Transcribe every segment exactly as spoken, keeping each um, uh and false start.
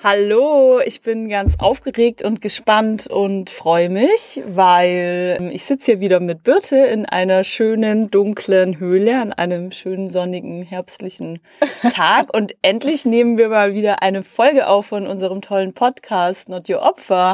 Hallo, ich bin ganz aufgeregt und gespannt und freue mich, weil ich sitze hier wieder mit Birte in einer schönen, dunklen Höhle an einem schönen, sonnigen, herbstlichen Tag. Und endlich nehmen wir mal wieder eine Folge auf von unserem tollen Podcast Not Your Opfer.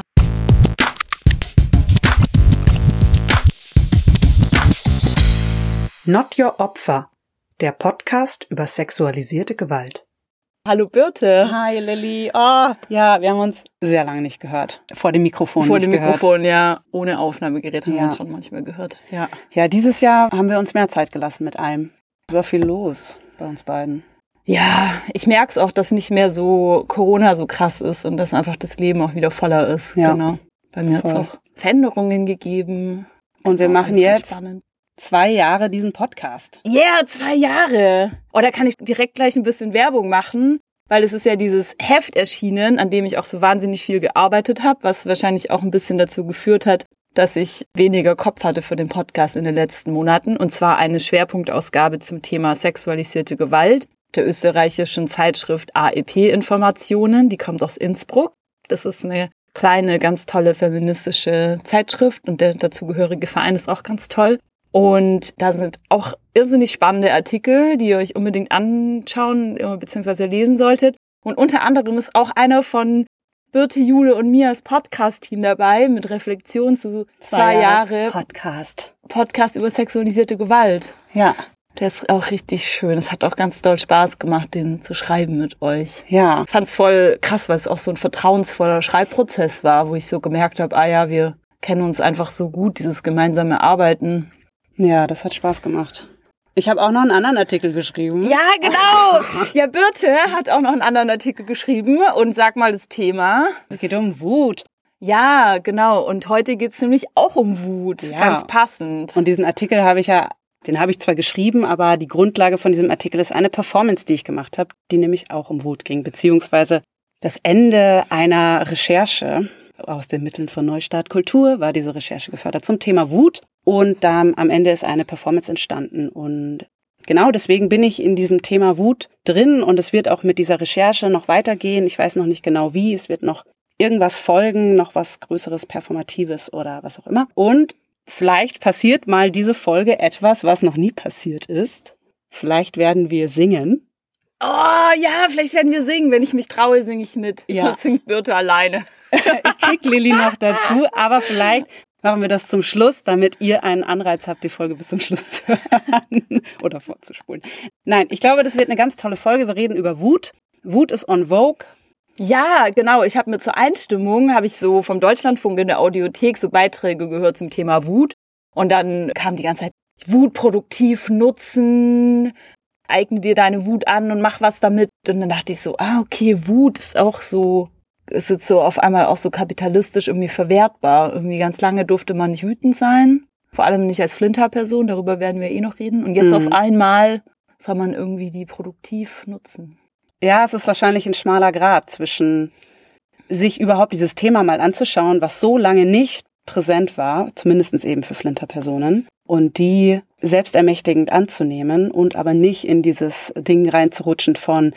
Not Your Opfer, der Podcast über sexualisierte Gewalt. Hallo Birte. Hi Lilly. Oh, ja, wir haben uns sehr lange nicht gehört. Vor dem Mikrofon Vor nicht dem gehört. Mikrofon, ja. Ohne Aufnahmegerät haben Ja. wir uns schon manchmal gehört. Ja. Ja, dieses Jahr haben wir uns mehr Zeit gelassen mit allem. Es war viel los bei uns beiden. Ja, ich merke es auch, dass nicht mehr so Corona so krass ist und dass einfach das Leben auch wieder voller ist. Ja. Genau. Bei mir hat es Voll. auch Veränderungen gegeben. Und wir War machen alles ganz jetzt spannend. zwei Jahre diesen Podcast. Ja, yeah, zwei Jahre. Oh, da kann ich direkt gleich ein bisschen Werbung machen, weil es ist ja dieses Heft erschienen, an dem ich auch so wahnsinnig viel gearbeitet habe, was wahrscheinlich auch ein bisschen dazu geführt hat, dass ich weniger Kopf hatte für den Podcast in den letzten Monaten. Und zwar eine Schwerpunktausgabe zum Thema sexualisierte Gewalt der österreichischen Zeitschrift A E P Informationen. Die kommt aus Innsbruck. Das ist eine kleine, ganz tolle feministische Zeitschrift und der dazugehörige Verein ist auch ganz toll. Und da sind auch irrsinnig spannende Artikel, die ihr euch unbedingt anschauen bzw. lesen solltet. Und unter anderem ist auch einer von Birte, Jule und mir als Podcast-Team dabei mit Reflexion zu zwei, zwei Jahre, Jahre Podcast. Podcast über sexualisierte Gewalt. Ja. Der ist auch richtig schön. Es hat auch ganz doll Spaß gemacht, den zu schreiben mit euch. Ja. Ich fand es voll krass, weil es auch so ein vertrauensvoller Schreibprozess war, wo ich so gemerkt habe, ah ja, wir kennen uns einfach so gut, dieses gemeinsame Arbeiten. Ja, das hat Spaß gemacht. Ich habe auch noch einen anderen Artikel geschrieben. Ja, genau. Ja, Birte hat auch noch einen anderen Artikel geschrieben. Und sag mal das Thema. Es geht um Wut. Ja, genau. Und heute geht's nämlich auch um Wut. Ja. Ganz passend. Und diesen Artikel habe ich ja, den habe ich zwar geschrieben, aber die Grundlage von diesem Artikel ist eine Performance, die ich gemacht habe, die nämlich auch um Wut ging, beziehungsweise das Ende einer Recherche aus den Mitteln von Neustart Kultur war diese Recherche gefördert zum Thema Wut. Und dann am Ende ist eine Performance entstanden. Und genau deswegen bin ich in diesem Thema Wut drin. Und es wird auch mit dieser Recherche noch weitergehen. Ich weiß noch nicht genau wie. Es wird noch irgendwas folgen, noch was Größeres, Performatives oder was auch immer. Und vielleicht passiert mal diese Folge etwas, was noch nie passiert ist. Vielleicht werden wir singen. Oh ja, vielleicht werden wir singen. Wenn ich mich traue, singe ich mit. Ja. Sonst singt Birte alleine. Ich krieg Lilly noch dazu, aber vielleicht machen wir das zum Schluss, damit ihr einen Anreiz habt, die Folge bis zum Schluss zu hören oder vorzuspulen. Nein, ich glaube, das wird eine ganz tolle Folge. Wir reden über Wut. Wut ist on Vogue. Ja, genau. Ich habe mir zur Einstimmung, habe ich so vom Deutschlandfunk in der Audiothek so Beiträge gehört zum Thema Wut. Und dann kam die ganze Zeit, Wut produktiv nutzen, eigne dir deine Wut an und mach was damit. Und dann dachte ich so, ah, okay, Wut ist auch so, ist jetzt so auf einmal auch so kapitalistisch irgendwie verwertbar. Irgendwie ganz lange durfte man nicht wütend sein. Vor allem nicht als Flinter-Person, darüber werden wir eh noch reden. Und jetzt Mhm. auf einmal soll man irgendwie die produktiv nutzen. Ja, es ist wahrscheinlich ein schmaler Grat zwischen sich überhaupt dieses Thema mal anzuschauen, was so lange nicht präsent war, zumindest eben für Flinter-Personen, und die selbstermächtigend anzunehmen und aber nicht in dieses Ding reinzurutschen von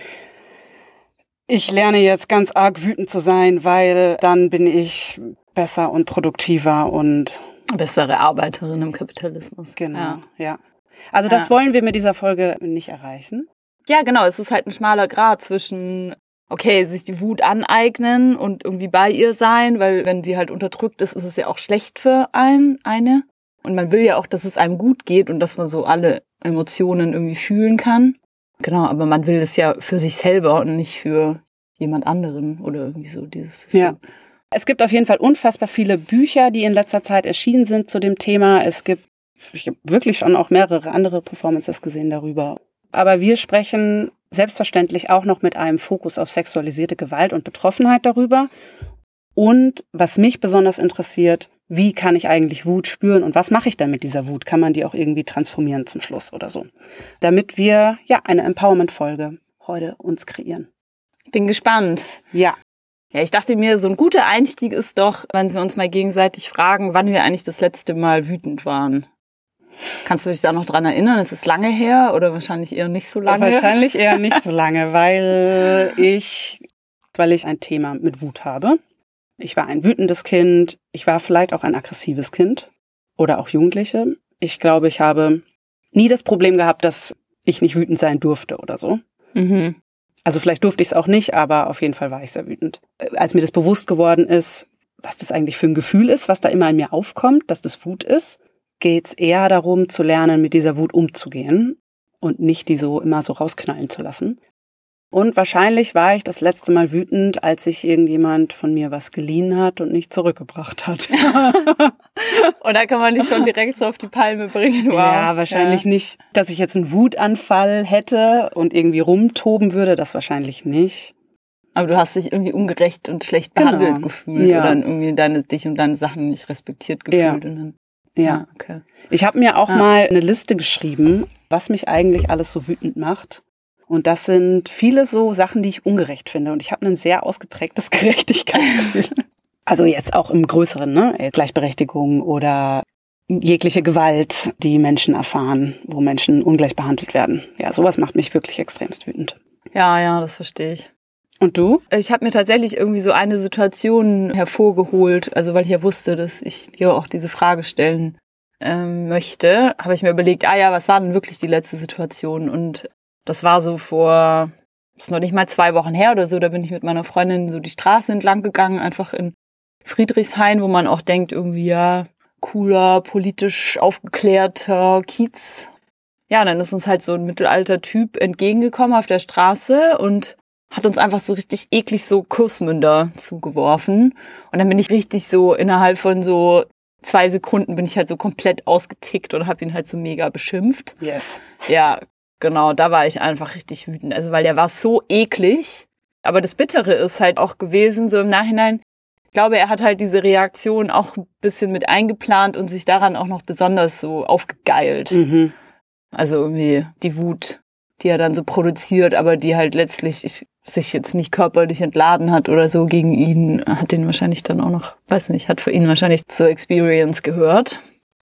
ich lerne jetzt ganz arg wütend zu sein, weil dann bin ich besser und produktiver und Bessere Arbeiterin im Kapitalismus. genau, Ja. ja. Also das Ja. wollen wir mit dieser Folge nicht erreichen. Ja, genau. Es ist halt ein schmaler Grat zwischen, okay, sich die Wut aneignen und irgendwie bei ihr sein, weil wenn sie halt unterdrückt ist, ist es ja auch schlecht für einen, eine. Und man will ja auch, dass es einem gut geht und dass man so alle Emotionen irgendwie fühlen kann. Genau, aber man will es ja für sich selber und nicht für jemand anderen oder irgendwie so dieses System. Ja. Es gibt auf jeden Fall unfassbar viele Bücher, die in letzter Zeit erschienen sind zu dem Thema. Es gibt, ich habe wirklich schon auch mehrere andere Performances gesehen darüber. Aber wir sprechen selbstverständlich auch noch mit einem Fokus auf sexualisierte Gewalt und Betroffenheit darüber. Und was mich besonders interessiert, wie kann ich eigentlich Wut spüren und was mache ich dann mit dieser Wut? Kann man die auch irgendwie transformieren zum Schluss oder so? Damit wir ja eine Empowerment-Folge heute uns kreieren. Bin gespannt. Ja. Ja, ich dachte mir, so ein guter Einstieg ist doch, wenn wir uns mal gegenseitig fragen, wann wir eigentlich das letzte Mal wütend waren. Kannst du dich da noch dran erinnern? Ist es lange her oder wahrscheinlich eher nicht so lange? Wahrscheinlich eher nicht so lange, weil ich weil ich ein Thema mit Wut habe. Ich war ein wütendes Kind, ich war vielleicht auch ein aggressives Kind oder auch Jugendliche. Ich glaube, ich habe nie das Problem gehabt, dass ich nicht wütend sein durfte oder so. Mhm. Also vielleicht durfte ich es auch nicht, aber auf jeden Fall war ich sehr wütend. Als mir das bewusst geworden ist, was das eigentlich für ein Gefühl ist, was da immer in mir aufkommt, dass das Wut ist, geht es eher darum, zu lernen, mit dieser Wut umzugehen und nicht die so immer so rausknallen zu lassen. Und wahrscheinlich war ich das letzte Mal wütend, als sich irgendjemand von mir was geliehen hat und nicht zurückgebracht hat. Und da kann man dich schon direkt so auf die Palme bringen. Wow. Ja, wahrscheinlich ja. nicht, dass ich jetzt einen Wutanfall hätte und irgendwie rumtoben würde, das wahrscheinlich nicht. Aber du hast dich irgendwie ungerecht und schlecht behandelt genau. gefühlt ja. oder irgendwie deine, dich und deine Sachen nicht respektiert gefühlt. Ja, und dann, ja. ja okay. Ich habe mir auch ja. mal eine Liste geschrieben, was mich eigentlich alles so wütend macht. Und das sind viele so Sachen, die ich ungerecht finde. Und ich habe ein sehr ausgeprägtes Gerechtigkeitsgefühl. Also jetzt auch im Größeren, ne? Gleichberechtigung oder jegliche Gewalt, die Menschen erfahren, wo Menschen ungleich behandelt werden. Ja, sowas macht mich wirklich extremst wütend. Ja, ja, das verstehe ich. Und du? Ich habe mir tatsächlich irgendwie so eine Situation hervorgeholt, also weil ich ja wusste, dass ich dir auch diese Frage stellen ähm, möchte, habe ich mir überlegt, ah ja, was war denn wirklich die letzte Situation? Und das war so vor, ist noch nicht mal zwei Wochen her oder so, da bin ich mit meiner Freundin so die Straße entlang gegangen, einfach in Friedrichshain, wo man auch denkt, irgendwie, ja, cooler, politisch aufgeklärter Kiez. Ja, dann ist uns halt so ein mittelalter Typ entgegengekommen auf der Straße und hat uns einfach so richtig eklig so Kursmünder zugeworfen. Und dann bin ich richtig so innerhalb von so zwei Sekunden bin ich halt so komplett ausgetickt und habe ihn halt so mega beschimpft. Yes. Ja, genau, da war ich einfach richtig wütend. Also, weil der war so eklig. Aber das Bittere ist halt auch gewesen, so im Nachhinein, ich glaube, er hat halt diese Reaktion auch ein bisschen mit eingeplant und sich daran auch noch besonders so aufgegeilt. Mhm. Also irgendwie die Wut, die er dann so produziert, aber die halt letztlich ich, sich jetzt nicht körperlich entladen hat oder so gegen ihn, hat den wahrscheinlich dann auch noch, weiß nicht, hat für ihn wahrscheinlich zur Experience gehört.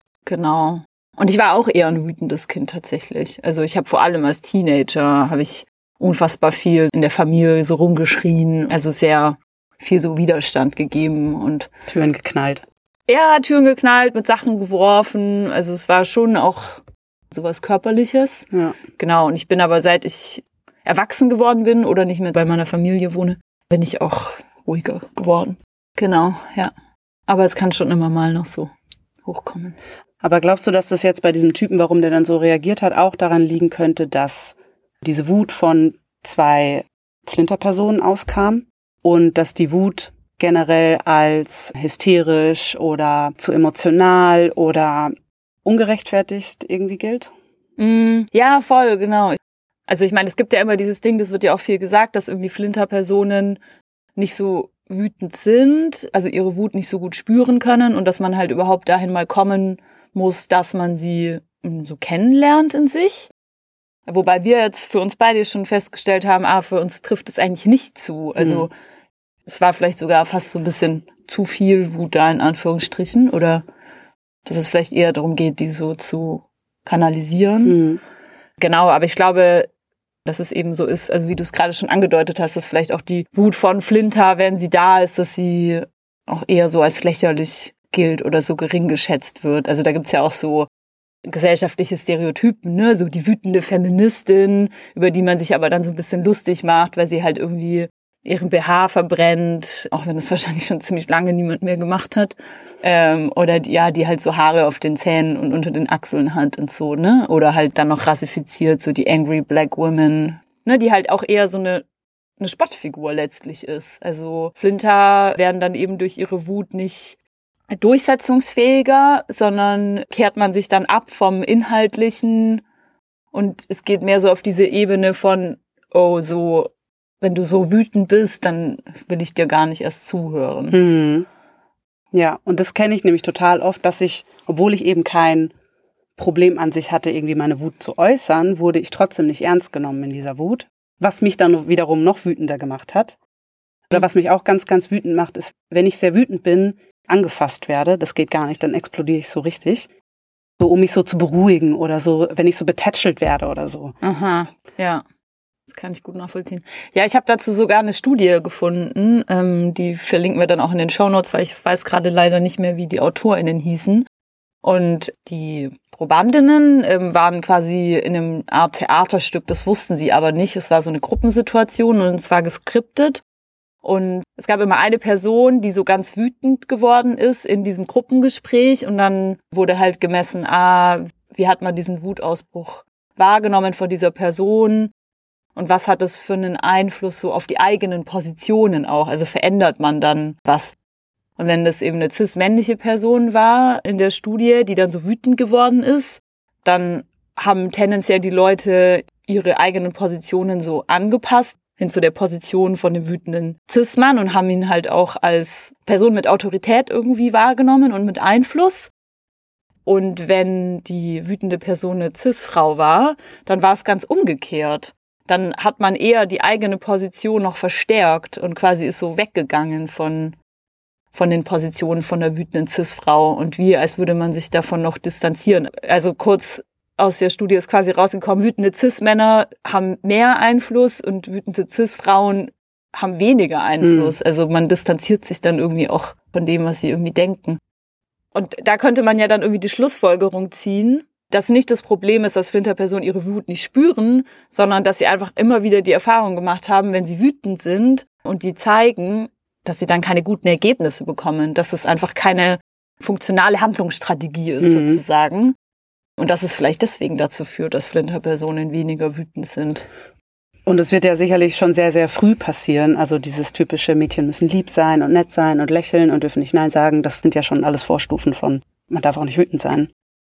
Genau. Und ich war auch eher ein wütendes Kind tatsächlich. Also ich habe vor allem als Teenager, habe ich unfassbar viel in der Familie so rumgeschrien, also sehr viel so Widerstand gegeben und Türen geknallt. Ja, Türen geknallt, mit Sachen geworfen, also es war schon auch sowas Körperliches. Ja. Genau, und ich bin aber, seit ich erwachsen geworden bin oder nicht mehr bei meiner Familie wohne, bin ich auch ruhiger geworden. Genau, ja. Aber es kann schon immer mal noch so hochkommen. Aber glaubst du, dass das jetzt bei diesem Typen, warum der dann so reagiert hat, auch daran liegen könnte, dass diese Wut von zwei Flinterpersonen auskam und dass die Wut generell als hysterisch oder zu emotional oder ungerechtfertigt irgendwie gilt? Mm, ja, voll, genau. Also ich meine, es gibt ja immer dieses Ding, das wird ja auch viel gesagt, dass irgendwie Flinterpersonen nicht so wütend sind, also ihre Wut nicht so gut spüren können und dass man halt überhaupt dahin mal kommen muss, dass man sie so kennenlernt in sich. Wobei wir jetzt für uns beide schon festgestellt haben, ah, für uns trifft es eigentlich nicht zu. Also mhm. es war vielleicht sogar fast so ein bisschen zu viel Wut da in Anführungsstrichen oder dass es vielleicht eher darum geht, die so zu kanalisieren. Mhm. Genau, aber ich glaube, dass es eben so ist, also wie du es gerade schon angedeutet hast, dass vielleicht auch die Wut von Flinter, wenn sie da ist, dass sie auch eher so als lächerlich gilt oder so gering geschätzt wird. Also da gibt's ja auch so gesellschaftliche Stereotypen, ne, so die wütende Feministin, über die man sich aber dann so ein bisschen lustig macht, weil sie halt irgendwie ihren B H verbrennt, auch wenn das wahrscheinlich schon ziemlich lange niemand mehr gemacht hat. Ähm, oder die, ja, die halt so Haare auf den Zähnen und unter den Achseln hat und so, ne? Oder halt dann noch rassifiziert, so die Angry Black Women, ne, die halt auch eher so eine eine Spottfigur letztlich ist. Also Flinter werden dann eben durch ihre Wut nicht durchsetzungsfähiger, sondern kehrt man sich dann ab vom Inhaltlichen und es geht mehr so auf diese Ebene von, oh, so, wenn du so wütend bist, dann will ich dir gar nicht erst zuhören. Hm. Ja, und das kenne ich nämlich total oft, dass ich, obwohl ich eben kein Problem an sich hatte, irgendwie meine Wut zu äußern, wurde ich trotzdem nicht ernst genommen in dieser Wut, was mich dann wiederum noch wütender gemacht hat. Oder was mich auch ganz, ganz wütend macht, ist, wenn ich sehr wütend bin, angefasst werde, das geht gar nicht, dann explodiere ich so richtig. So, um mich so zu beruhigen oder so, wenn ich so betätschelt werde oder so. Aha, ja. Das kann ich gut nachvollziehen. Ja, ich habe dazu sogar eine Studie gefunden, ähm, die verlinken wir dann auch in den Shownotes, weil ich weiß gerade leider nicht mehr, wie die AutorInnen hießen. Und die Probandinnen ähm, waren quasi in einem Art Theaterstück, das wussten sie aber nicht. Es war so eine Gruppensituation und es war geskriptet. Und es gab immer eine Person, die so ganz wütend geworden ist in diesem Gruppengespräch. Und dann wurde halt gemessen, ah, wie hat man diesen Wutausbruch wahrgenommen von dieser Person? Und was hat das für einen Einfluss so auf die eigenen Positionen auch? Also verändert man dann was? Und wenn das eben eine cis-männliche Person war in der Studie, die dann so wütend geworden ist, dann haben tendenziell die Leute ihre eigenen Positionen so angepasst hin zu der Position von dem wütenden Cis-Mann und haben ihn halt auch als Person mit Autorität irgendwie wahrgenommen und mit Einfluss. Und wenn die wütende Person eine Cis-Frau war, dann war es ganz umgekehrt. Dann hat man eher die eigene Position noch verstärkt und quasi ist so weggegangen von, von den Positionen von der wütenden Cis-Frau und wie, als würde man sich davon noch distanzieren. Also kurz aus der Studie ist quasi rausgekommen, wütende Cis-Männer haben mehr Einfluss und wütende Cis-Frauen haben weniger Einfluss. Mhm. Also man distanziert sich dann irgendwie auch von dem, was sie irgendwie denken. Und da könnte man ja dann irgendwie die Schlussfolgerung ziehen, dass nicht das Problem ist, dass Flinterpersonen ihre Wut nicht spüren, sondern dass sie einfach immer wieder die Erfahrung gemacht haben, wenn sie wütend sind und die zeigen, dass sie dann keine guten Ergebnisse bekommen, dass es einfach keine funktionale Handlungsstrategie ist, mhm. sozusagen. Und dass es vielleicht deswegen dazu führt, dass Flinterpersonen weniger wütend sind. Und es wird ja sicherlich schon sehr, sehr früh passieren. Also dieses typische Mädchen müssen lieb sein und nett sein und lächeln und dürfen nicht Nein sagen. Das sind ja schon alles Vorstufen von, man darf auch nicht wütend sein.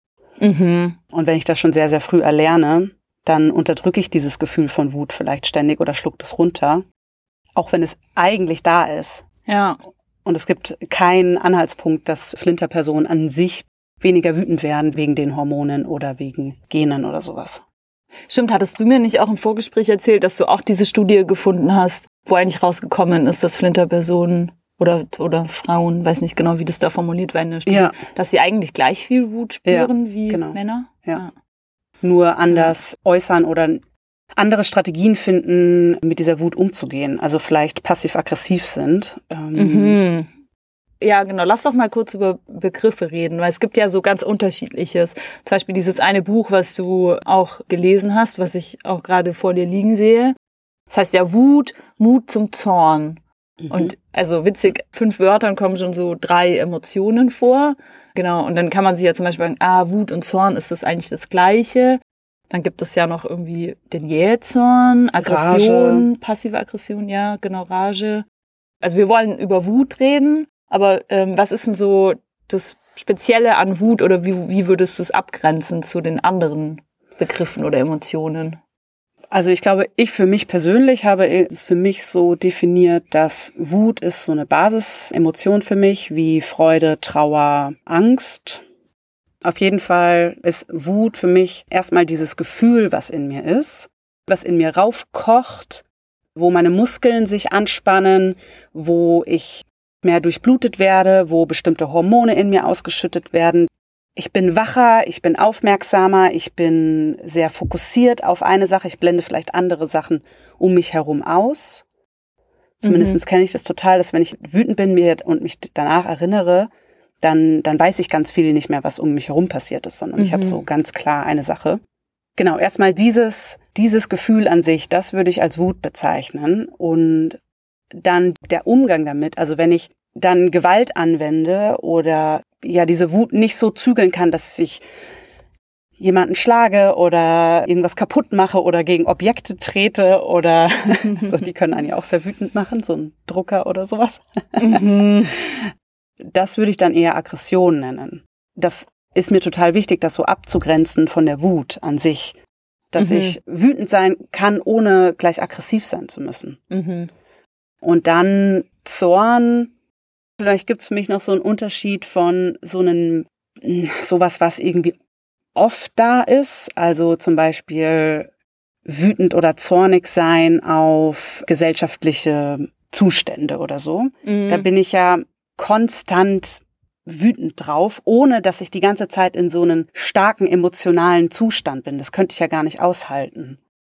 Mhm. Und wenn ich das schon sehr, sehr früh erlerne, dann unterdrücke ich dieses Gefühl von Wut vielleicht ständig oder schluck das runter. Auch wenn es eigentlich da ist. Ja. Und es gibt keinen Anhaltspunkt, dass Flinterpersonen an sich weniger wütend werden wegen den Hormonen oder wegen Genen oder sowas. Stimmt, hattest du mir nicht auch im Vorgespräch erzählt, dass du auch diese Studie gefunden hast, wo eigentlich rausgekommen ist, dass Flinterpersonen oder oder Frauen, weiß nicht genau, wie das da formuliert war in der Studie, ja. dass sie eigentlich gleich viel Wut spüren ja, wie genau. Männer? Ja. ja. Nur anders ja. äußern oder andere Strategien finden, mit dieser Wut umzugehen. Also vielleicht passiv-aggressiv sind. Ähm, mhm. Ja, genau. Lass doch mal kurz über Begriffe reden, weil es gibt ja so ganz Unterschiedliches. Zum Beispiel dieses eine Buch, was du auch gelesen hast, was ich auch gerade vor dir liegen sehe. Das heißt ja Wut, Mut zum Zorn. Mhm. Und also witzig, fünf Wörtern kommen schon so drei Emotionen vor. Genau. Und dann kann man sich ja zum Beispiel sagen, ah, Wut und Zorn, ist das eigentlich das Gleiche? Dann gibt es ja noch irgendwie den Jähzorn, Aggression, Rage. Passive Aggression, ja, genau, Rage. Also wir wollen über Wut reden. Aber ähm, was ist denn so das Spezielle an Wut oder wie, wie würdest du es abgrenzen zu den anderen Begriffen oder Emotionen? Also ich glaube, ich für mich persönlich habe es für mich so definiert, dass Wut ist so eine Basisemotion für mich, wie Freude, Trauer, Angst. Auf jeden Fall ist Wut für mich erstmal dieses Gefühl, was in mir ist, was in mir raufkocht, wo meine Muskeln sich anspannen, wo ich mehr durchblutet werde, wo bestimmte Hormone in mir ausgeschüttet werden. Ich bin wacher, ich bin aufmerksamer, ich bin sehr fokussiert auf eine Sache. Ich blende vielleicht andere Sachen um mich herum aus. Zumindest mhm. kenne ich das total, dass wenn ich wütend bin mir und mich danach erinnere, dann, dann weiß ich ganz viel nicht mehr, was um mich herum passiert ist, sondern mhm. ich habe so ganz klar eine Sache. Genau, erstmal dieses, dieses Gefühl an sich, das würde ich als Wut bezeichnen. Und dann der Umgang damit, also wenn ich dann Gewalt anwende oder ja diese Wut nicht so zügeln kann, dass ich jemanden schlage oder irgendwas kaputt mache oder gegen Objekte trete oder so, die können einen ja auch sehr wütend machen, so ein Drucker oder sowas. Mhm. Das würde ich dann eher Aggression nennen. Das ist mir total wichtig, das so abzugrenzen von der Wut an sich, dass mhm. ich wütend sein kann, ohne gleich aggressiv sein zu müssen. Mhm. Und dann Zorn, vielleicht gibt es für mich noch so einen Unterschied von so einem, sowas, was irgendwie oft da ist. Also zum Beispiel wütend oder zornig sein auf gesellschaftliche Zustände oder so. Mhm. Da bin ich ja konstant wütend drauf, ohne dass ich die ganze Zeit in so einem starken emotionalen Zustand bin. Das könnte ich ja gar nicht aushalten.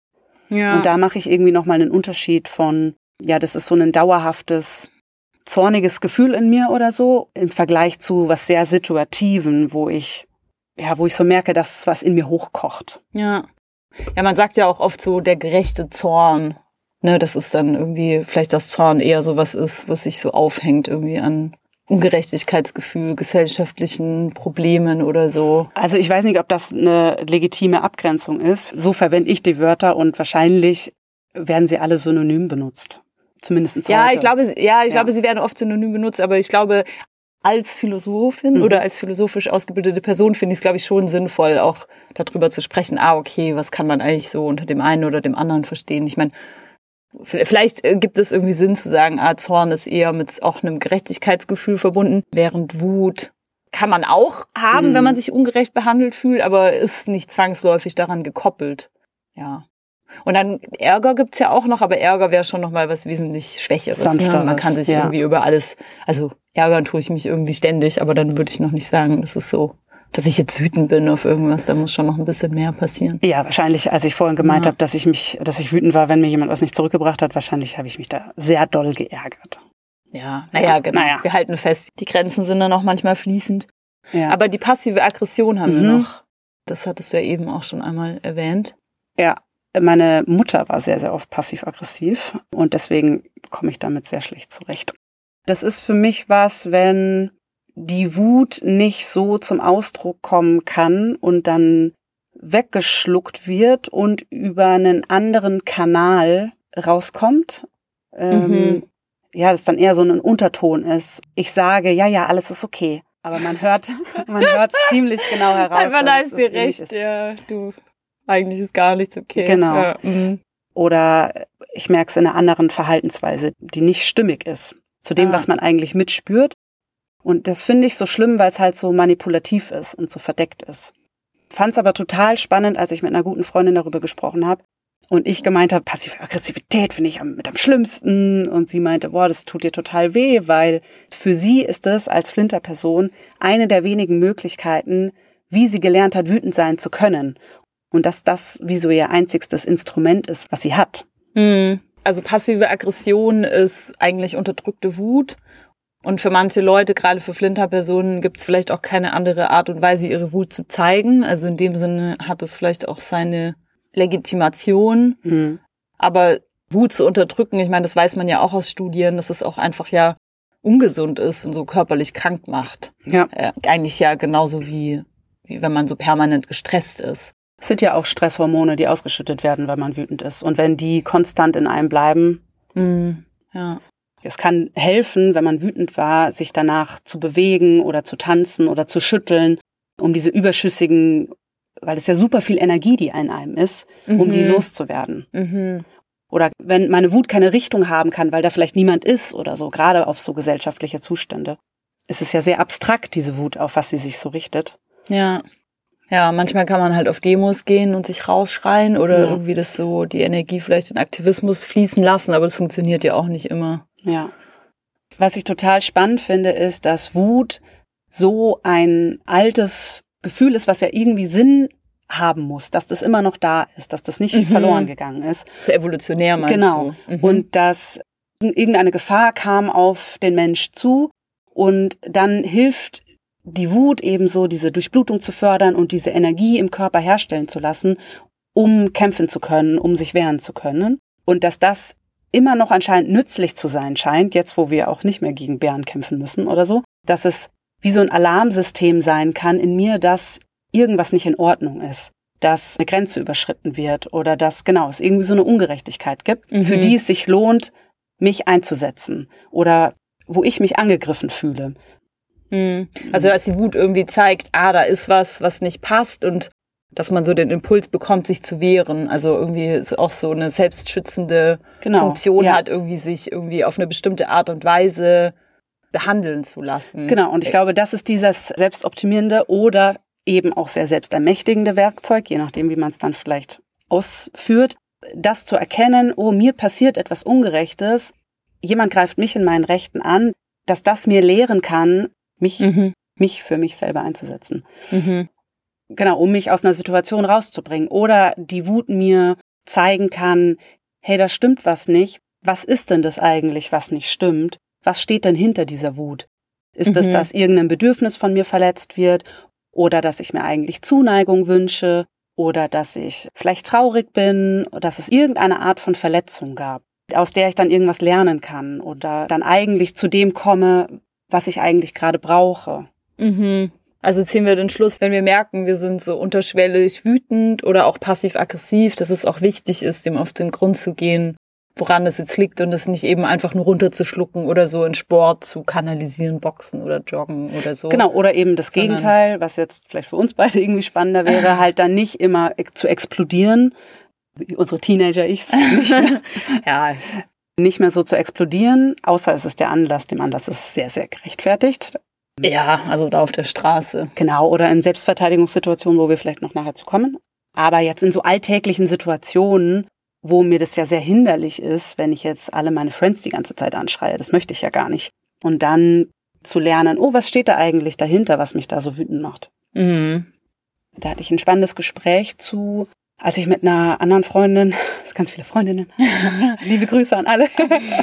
Ja. Und da mache ich irgendwie nochmal einen Unterschied von, ja, das ist so ein dauerhaftes, zorniges Gefühl in mir oder so, im Vergleich zu was sehr Situativen, wo ich, ja, wo ich so merke, dass was in mir hochkocht. Ja. Ja, man sagt ja auch oft so, der gerechte Zorn, ne, das ist dann irgendwie, vielleicht das Zorn eher so was ist, was sich so aufhängt irgendwie an Ungerechtigkeitsgefühl, gesellschaftlichen Problemen oder so. Also ich weiß nicht, ob das eine legitime Abgrenzung ist. So verwende ich die Wörter und wahrscheinlich werden sie alle synonym benutzt. Zumindest heute. Ja, ich glaube, ja, ich ja. glaube, sie werden oft synonym benutzt, aber ich glaube, als Philosophin mhm. oder als philosophisch ausgebildete Person finde ich es, glaube ich, schon sinnvoll, auch darüber zu sprechen, ah, okay, was kann man eigentlich so unter dem einen oder dem anderen verstehen? Ich meine, vielleicht gibt es irgendwie Sinn zu sagen, ah, Zorn ist eher mit auch einem Gerechtigkeitsgefühl verbunden, während Wut kann man auch haben, mhm. wenn man sich ungerecht behandelt fühlt, aber ist nicht zwangsläufig daran gekoppelt. Ja. Und dann Ärger gibt's ja auch noch, aber Ärger wäre schon nochmal was wesentlich Schwächeres. Ne? Man kann sich ja. irgendwie über alles, also ärgern tue ich mich irgendwie ständig, aber dann würde ich noch nicht sagen, das ist so, dass ich jetzt wütend bin auf irgendwas, da muss schon noch ein bisschen mehr passieren. Ja, wahrscheinlich, als ich vorhin gemeint ja. habe, dass ich mich, dass ich wütend war, wenn mir jemand was nicht zurückgebracht hat, wahrscheinlich habe ich mich da sehr doll geärgert. Ja, naja, genau. Naja. Wir halten fest, die Grenzen sind dann auch manchmal fließend. Ja. Aber die passive Aggression haben mhm. wir noch. Das hattest du ja eben auch schon einmal erwähnt. Ja. Meine Mutter war sehr, sehr oft passiv-aggressiv und deswegen komme ich damit sehr schlecht zurecht. Das ist für mich was, wenn die Wut nicht so zum Ausdruck kommen kann und dann weggeschluckt wird und über einen anderen Kanal rauskommt. Ähm, mhm. Ja, das dann eher so ein Unterton ist. Ich sage, ja, ja, alles ist okay. Aber man hört man hört es ziemlich genau heraus. Man heißt dir recht, ja, du... Eigentlich ist gar nichts okay. Genau. Ja. Mhm. Oder ich merke es in einer anderen Verhaltensweise, die nicht stimmig ist zu dem, ah. was man eigentlich mitspürt. Und das finde ich so schlimm, weil es halt so manipulativ ist und so verdeckt ist. Fand es aber total spannend, als ich mit einer guten Freundin darüber gesprochen habe und ich gemeint habe, passive Aggressivität finde ich am, mit am schlimmsten. Und sie meinte, boah, das tut dir total weh, weil für sie ist es als Flinterperson eine der wenigen Möglichkeiten, wie sie gelernt hat, wütend sein zu können. Und dass das wie so ihr einzigstes Instrument ist, was sie hat. Also passive Aggression ist eigentlich unterdrückte Wut. Und für manche Leute, gerade für Flinterpersonen, gibt es vielleicht auch keine andere Art und Weise, ihre Wut zu zeigen. Also in dem Sinne hat es vielleicht auch seine Legitimation. Mhm. Aber Wut zu unterdrücken, ich meine, das weiß man ja auch aus Studien, dass es auch einfach ja ungesund ist und so körperlich krank macht. Ja. Äh, eigentlich ja genauso wie, wie wenn man so permanent gestresst ist. Es sind ja auch Stresshormone, die ausgeschüttet werden, wenn man wütend ist. Und wenn die konstant in einem bleiben, mm, ja. Es kann helfen, wenn man wütend war, sich danach zu bewegen oder zu tanzen oder zu schütteln, um diese überschüssigen, weil es ja super viel Energie, die in einem ist, mhm. um die loszuwerden. Mhm. Oder wenn meine Wut keine Richtung haben kann, weil da vielleicht niemand ist oder so, gerade auf so gesellschaftliche Zustände. Es ist ja sehr abstrakt, diese Wut, auf was sie sich so richtet. Ja. Ja, manchmal kann man halt auf Demos gehen und sich rausschreien oder ja. irgendwie das so, die Energie vielleicht in Aktivismus fließen lassen, aber das funktioniert ja auch nicht immer. Ja. Was ich total spannend finde, ist, dass Wut so ein altes Gefühl ist, was ja irgendwie Sinn haben muss, dass das immer noch da ist, dass das nicht mhm. verloren gegangen ist. So evolutionär meinst genau. du? Genau. Mhm. Und dass irgendeine Gefahr kam auf den Mensch zu und dann hilft die Wut ebenso, diese Durchblutung zu fördern und diese Energie im Körper herstellen zu lassen, um kämpfen zu können, um sich wehren zu können. Und dass das immer noch anscheinend nützlich zu sein scheint, jetzt wo wir auch nicht mehr gegen Bären kämpfen müssen oder so, dass es wie so ein Alarmsystem sein kann in mir, dass irgendwas nicht in Ordnung ist, dass eine Grenze überschritten wird oder dass, genau, es irgendwie so eine Ungerechtigkeit gibt, mhm. für die es sich lohnt, mich einzusetzen oder wo ich mich angegriffen fühle. Also, dass die Wut irgendwie zeigt, ah, da ist was, was nicht passt und dass man so den Impuls bekommt, sich zu wehren. Also irgendwie ist auch so eine selbstschützende genau, Funktion ja. hat, irgendwie sich irgendwie auf eine bestimmte Art und Weise behandeln zu lassen. Genau, und ich glaube, das ist dieses selbstoptimierende oder eben auch sehr selbstermächtigende Werkzeug, je nachdem, wie man es dann vielleicht ausführt, das zu erkennen, oh, mir passiert etwas Ungerechtes, jemand greift mich in meinen Rechten an, dass das mir lehren kann, mich, mhm. mich für mich selber einzusetzen. Mhm. Genau, um mich aus einer Situation rauszubringen. Oder die Wut mir zeigen kann, hey, da stimmt was nicht. Was ist denn das eigentlich, was nicht stimmt? Was steht denn hinter dieser Wut? Ist mhm. es, dass irgendein Bedürfnis von mir verletzt wird oder dass ich mir eigentlich Zuneigung wünsche oder dass ich vielleicht traurig bin oder dass es irgendeine Art von Verletzung gab, aus der ich dann irgendwas lernen kann oder dann eigentlich zu dem komme, was ich eigentlich gerade brauche. Mhm. Also ziehen wir den Schluss, wenn wir merken, wir sind so unterschwellig wütend oder auch passiv-aggressiv, dass es auch wichtig ist, dem auf den Grund zu gehen, woran es jetzt liegt und es nicht eben einfach nur runterzuschlucken oder so in Sport zu kanalisieren, Boxen oder Joggen oder so. Genau, oder eben das Sondern Gegenteil, was jetzt vielleicht für uns beide irgendwie spannender wäre, halt dann nicht immer zu explodieren, wie unsere Teenager-Ichs, nicht mehr, ja. nicht mehr so zu explodieren, außer es ist der Anlass, dem Anlass ist es sehr, sehr gerechtfertigt. Ja, also da auf der Straße. Genau, oder in Selbstverteidigungssituationen, wo wir vielleicht noch nachher zu kommen. Aber jetzt in so alltäglichen Situationen, wo mir das ja sehr hinderlich ist, wenn ich jetzt alle meine Friends die ganze Zeit anschreie. Das möchte ich ja gar nicht. Und dann zu lernen, oh, was steht da eigentlich dahinter, was mich da so wütend macht. Mhm. Da hatte ich ein spannendes Gespräch zu, als ich mit einer anderen Freundin, das sind ganz viele Freundinnen, liebe Grüße an alle,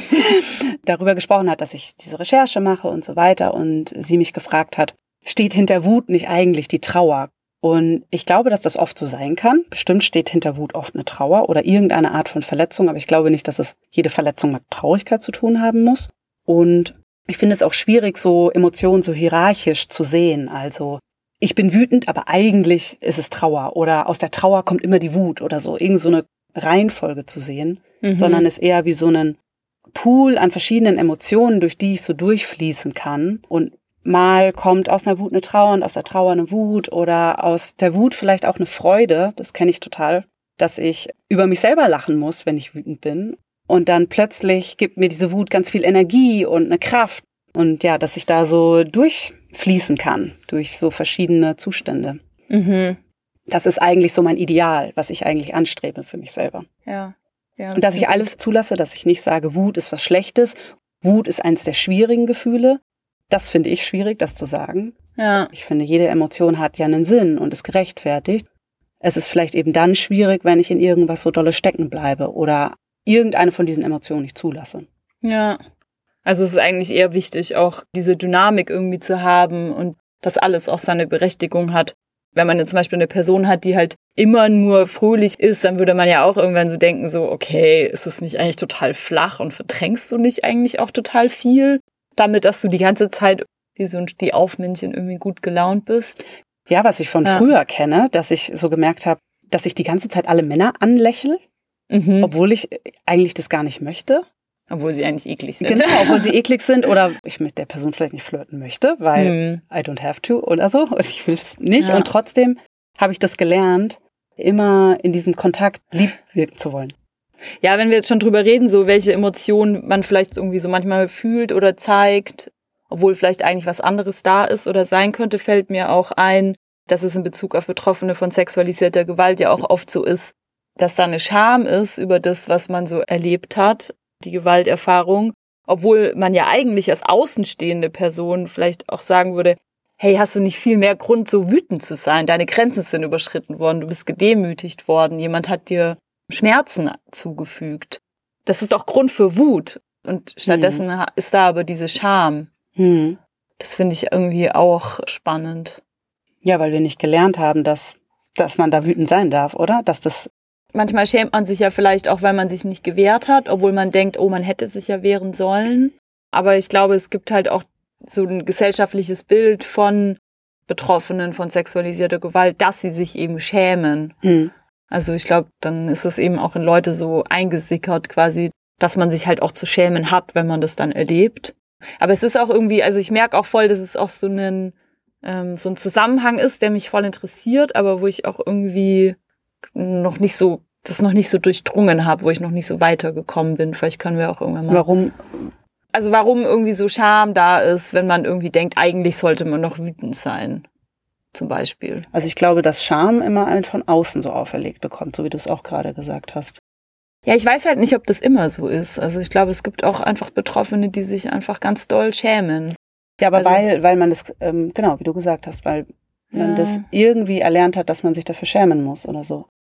darüber gesprochen hat, dass ich diese Recherche mache und so weiter. Und sie mich gefragt hat, steht hinter Wut nicht eigentlich die Trauer? Und ich glaube, dass das oft so sein kann. Bestimmt steht hinter Wut oft eine Trauer oder irgendeine Art von Verletzung. Aber ich glaube nicht, dass es jede Verletzung mit Traurigkeit zu tun haben muss. Und ich finde es auch schwierig, so Emotionen so hierarchisch zu sehen. Also ich bin wütend, aber eigentlich ist es Trauer. Oder aus der Trauer kommt immer die Wut oder so. Irgend so eine Reihenfolge zu sehen. Mhm. Sondern es eher wie so einen Pool an verschiedenen Emotionen, durch die ich so durchfließen kann. Und mal kommt aus einer Wut eine Trauer und aus der Trauer eine Wut oder aus der Wut vielleicht auch eine Freude. Das kenne ich total, dass ich über mich selber lachen muss, wenn ich wütend bin. Und dann plötzlich gibt mir diese Wut ganz viel Energie und eine Kraft. Und ja, dass ich da so durchfließen kann durch so verschiedene Zustände. Mhm. Das ist eigentlich so mein Ideal, was ich eigentlich anstrebe für mich selber. Ja. Ja, das und dass ich alles zulasse, dass ich nicht sage, Wut ist was Schlechtes. Wut ist eines der schwierigen Gefühle. Das finde ich schwierig, das zu sagen. Ja. Ich finde, jede Emotion hat ja einen Sinn und ist gerechtfertigt. Es ist vielleicht eben dann schwierig, wenn ich in irgendwas so dolle stecken bleibe oder irgendeine von diesen Emotionen nicht zulasse. Ja. Also es ist eigentlich eher wichtig, auch diese Dynamik irgendwie zu haben und dass alles auch seine Berechtigung hat. Wenn man jetzt zum Beispiel eine Person hat, die halt immer nur fröhlich ist, dann würde man ja auch irgendwann so denken, so, okay, ist es nicht eigentlich total flach und verdrängst du nicht eigentlich auch total viel? Damit, dass du die ganze Zeit wie so ein Stehaufmännchen irgendwie gut gelaunt bist. Ja, was ich von ja. früher kenne, dass ich so gemerkt habe, dass ich die ganze Zeit alle Männer anlächle, mhm. obwohl ich eigentlich das gar nicht möchte. Obwohl sie eigentlich eklig sind. Genau, obwohl sie eklig sind oder ich mit der Person vielleicht nicht flirten möchte, weil mhm. I don't have to oder so. Und ich will es nicht. Ja. Und trotzdem habe ich das gelernt, immer in diesem Kontakt lieb wirken zu wollen. Ja, wenn wir jetzt schon drüber reden, so welche Emotionen man vielleicht irgendwie so manchmal fühlt oder zeigt, obwohl vielleicht eigentlich was anderes da ist oder sein könnte, fällt mir auch ein, dass es in Bezug auf Betroffene von sexualisierter Gewalt ja auch oft so ist, dass da eine Scham ist über das, was man so erlebt hat, die Gewalterfahrung, obwohl man ja eigentlich als außenstehende Person vielleicht auch sagen würde, hey, hast du nicht viel mehr Grund, so wütend zu sein? Deine Grenzen sind überschritten worden, du bist gedemütigt worden, jemand hat dir Schmerzen zugefügt. Das ist doch Grund für Wut. Und stattdessen hm. ist da aber diese Scham. Hm. Das finde ich irgendwie auch spannend. Ja, weil wir nicht gelernt haben, dass, dass man da wütend sein darf, oder? Dass das Manchmal schämt man sich ja vielleicht auch, weil man sich nicht gewehrt hat, obwohl man denkt, oh, man hätte sich ja wehren sollen. Aber ich glaube, es gibt halt auch so ein gesellschaftliches Bild von Betroffenen von sexualisierter Gewalt, dass sie sich eben schämen. Hm. Also ich glaube, dann ist es eben auch in Leute so eingesickert quasi, dass man sich halt auch zu schämen hat, wenn man das dann erlebt. Aber es ist auch irgendwie, also ich merke auch voll, dass es auch so ein, ähm, so ein Zusammenhang ist, der mich voll interessiert, aber wo ich auch irgendwie noch nicht so, das noch nicht so durchdrungen habe, wo ich noch nicht so weitergekommen bin. Vielleicht können wir auch irgendwann mal... Warum? Also warum irgendwie so Scham da ist, wenn man irgendwie denkt, eigentlich sollte man noch wütend sein. Zum Beispiel. Also ich glaube, dass Scham immer von außen so auferlegt bekommt, so wie du es auch gerade gesagt hast. Ja, ich weiß halt nicht, ob das immer so ist. Also ich glaube, es gibt auch einfach Betroffene, die sich einfach ganz doll schämen. Ja, aber also, weil, weil man das, ähm, genau, wie du gesagt hast, weil man ja. das irgendwie erlernt hat, dass man sich dafür schämen muss oder so.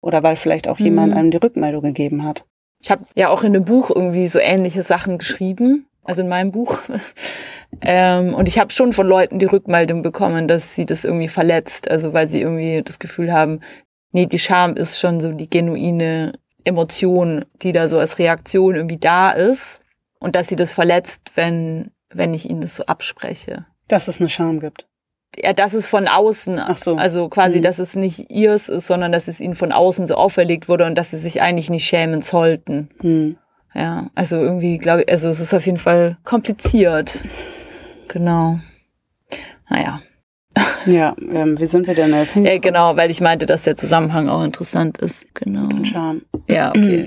Oder weil vielleicht auch mhm. jemand einem die Rückmeldung gegeben hat. Ich habe ja auch in einem Buch irgendwie so ähnliche Sachen geschrieben, also in meinem Buch. ähm, und ich habe schon von Leuten die Rückmeldung bekommen, dass sie das irgendwie verletzt. Also weil sie irgendwie das Gefühl haben, nee, die Scham ist schon so die genuine Emotion, die da so als Reaktion irgendwie da ist. Und dass sie das verletzt, wenn, wenn ich ihnen das so abspreche. Dass es eine Scham gibt. Ja, dass es von außen, Ach so. also quasi, mhm. dass es nicht ihrs ist, sondern dass es ihnen von außen so auferlegt wurde und dass sie sich eigentlich nicht schämen sollten. Mhm. Ja, also irgendwie glaube ich, also es ist auf jeden Fall kompliziert. Genau. Naja. Ja, ähm, wie sind wir denn jetzt hingekommen? Ja, genau, weil ich meinte, dass der Zusammenhang auch interessant ist. Genau. Und Scham. Ja, okay.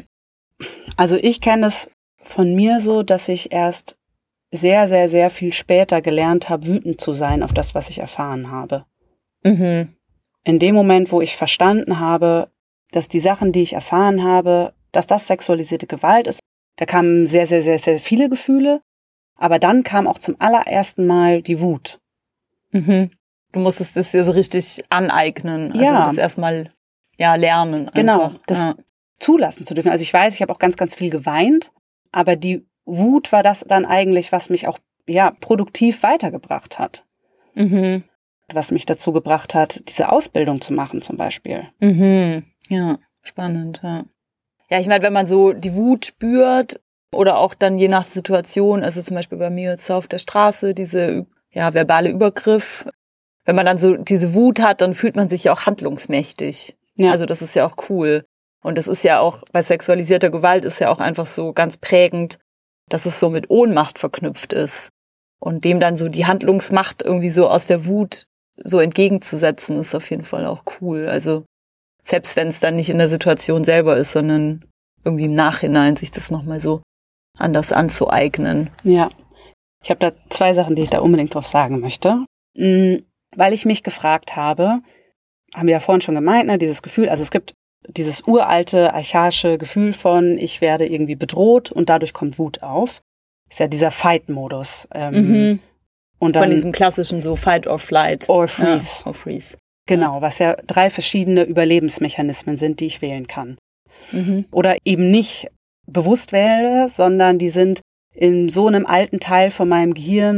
Also ich kenne es von mir so, dass ich erst sehr, sehr, sehr viel später gelernt habe, wütend zu sein auf das, was ich erfahren habe. Mhm. In dem Moment, wo ich verstanden habe, dass die Sachen, die ich erfahren habe, dass das sexualisierte Gewalt ist, da kamen sehr, sehr, sehr, sehr viele Gefühle, aber dann kam auch zum allerersten Mal die Wut. Mhm. Du musstest es dir so richtig aneignen, also ja. das erstmal ja, lernen. Einfach. Genau, das ja. zulassen zu dürfen. Also ich weiß, ich habe auch ganz, ganz viel geweint, aber die Wut war das dann eigentlich, was mich auch ja produktiv weitergebracht hat. Mhm. Was mich dazu gebracht hat, diese Ausbildung zu machen zum Beispiel. Mhm. Ja, spannend. Ja, ja ich meine, wenn man so die Wut spürt oder auch dann je nach Situation, also zum Beispiel bei mir jetzt auf der Straße, diese ja, verbale Übergriff, wenn man dann so diese Wut hat, dann fühlt man sich ja auch handlungsmächtig. Ja. Also das ist ja auch cool. Und das ist ja auch, bei sexualisierter Gewalt ist ja auch einfach so ganz prägend, dass es so mit Ohnmacht verknüpft ist. Und dem dann so die Handlungsmacht irgendwie so aus der Wut so entgegenzusetzen, ist auf jeden Fall auch cool. Also selbst wenn es dann nicht in der Situation selber ist, sondern irgendwie im Nachhinein sich das nochmal so anders anzueignen. Ja, ich habe da zwei Sachen, die ich da unbedingt drauf sagen möchte. Mhm, weil ich mich gefragt habe, haben wir ja vorhin schon gemeint, ne, dieses Gefühl, also es gibt dieses uralte, archaische Gefühl von, ich werde irgendwie bedroht und dadurch kommt Wut auf. Ist ja dieser Fight-Modus. Ähm, mhm. und dann, von diesem klassischen so Fight or Flight. Or Freeze. Ja, or freeze. Genau, ja. Was ja drei verschiedene Überlebensmechanismen sind, die ich wählen kann. Mhm. Oder eben nicht bewusst wähle, sondern die sind in so einem alten Teil von meinem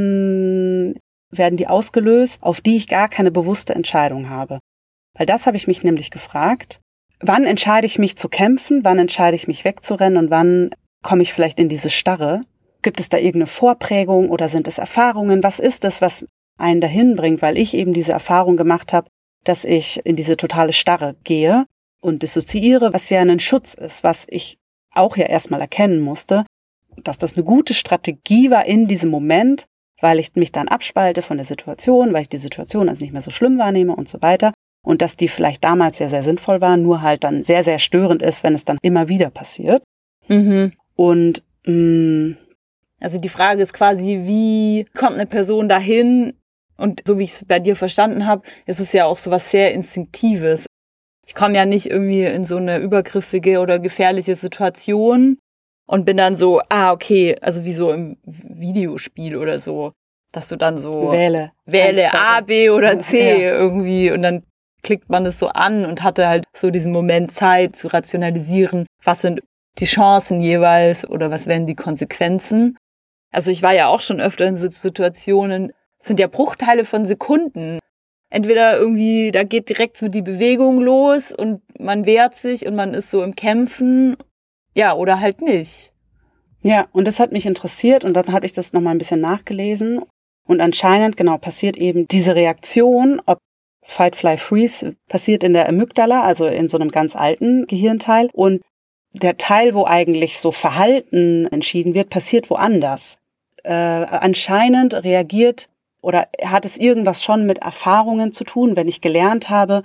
Gehirn, werden die ausgelöst, auf die ich gar keine bewusste Entscheidung habe. Weil das habe ich mich nämlich gefragt. Wann entscheide ich mich zu kämpfen, wann entscheide ich mich wegzurennen und wann komme ich vielleicht in diese Starre? Gibt es da irgendeine Vorprägung oder sind es Erfahrungen? Was ist es, was einen dahin bringt? Weil ich eben diese Erfahrung gemacht habe, dass ich in diese totale Starre gehe und dissoziiere, was ja ein Schutz ist, was ich auch ja erstmal erkennen musste, dass das eine gute Strategie war in diesem Moment, weil ich mich dann abspalte von der Situation, weil ich die Situation als nicht mehr so schlimm wahrnehme und so weiter. Und dass die vielleicht damals sehr, sehr sinnvoll war, nur halt dann sehr, sehr störend ist, wenn es dann immer wieder passiert. Mhm. Und mh, also die Frage ist quasi, wie kommt eine Person dahin? Und so wie ich es bei dir verstanden habe, ist es ja auch so was sehr Instinktives. Ich komme ja nicht irgendwie in so eine übergriffige oder gefährliche Situation und bin dann so, ah, okay, also wie so im Videospiel oder so, dass du dann so wähle, wähle A, B oder C ja. irgendwie und dann klickt man das so an und hatte halt so diesen Moment Zeit zu rationalisieren, was sind die Chancen jeweils oder was wären die Konsequenzen. Also ich war ja auch schon öfter in so Situationen, es sind ja Bruchteile von Sekunden. Entweder irgendwie, da geht direkt so die Bewegung los und man wehrt sich und man ist so im Kämpfen, ja, oder halt nicht. Ja, und das hat mich interessiert und dann habe ich das nochmal ein bisschen nachgelesen und anscheinend, genau, passiert eben diese Reaktion, ob Fight, Fly, Freeze passiert in der Amygdala, also in so einem ganz alten Gehirnteil. Und der Teil, wo eigentlich so Verhalten entschieden wird, passiert woanders. Äh, anscheinend reagiert oder hat es irgendwas schon mit Erfahrungen zu tun, wenn ich gelernt habe,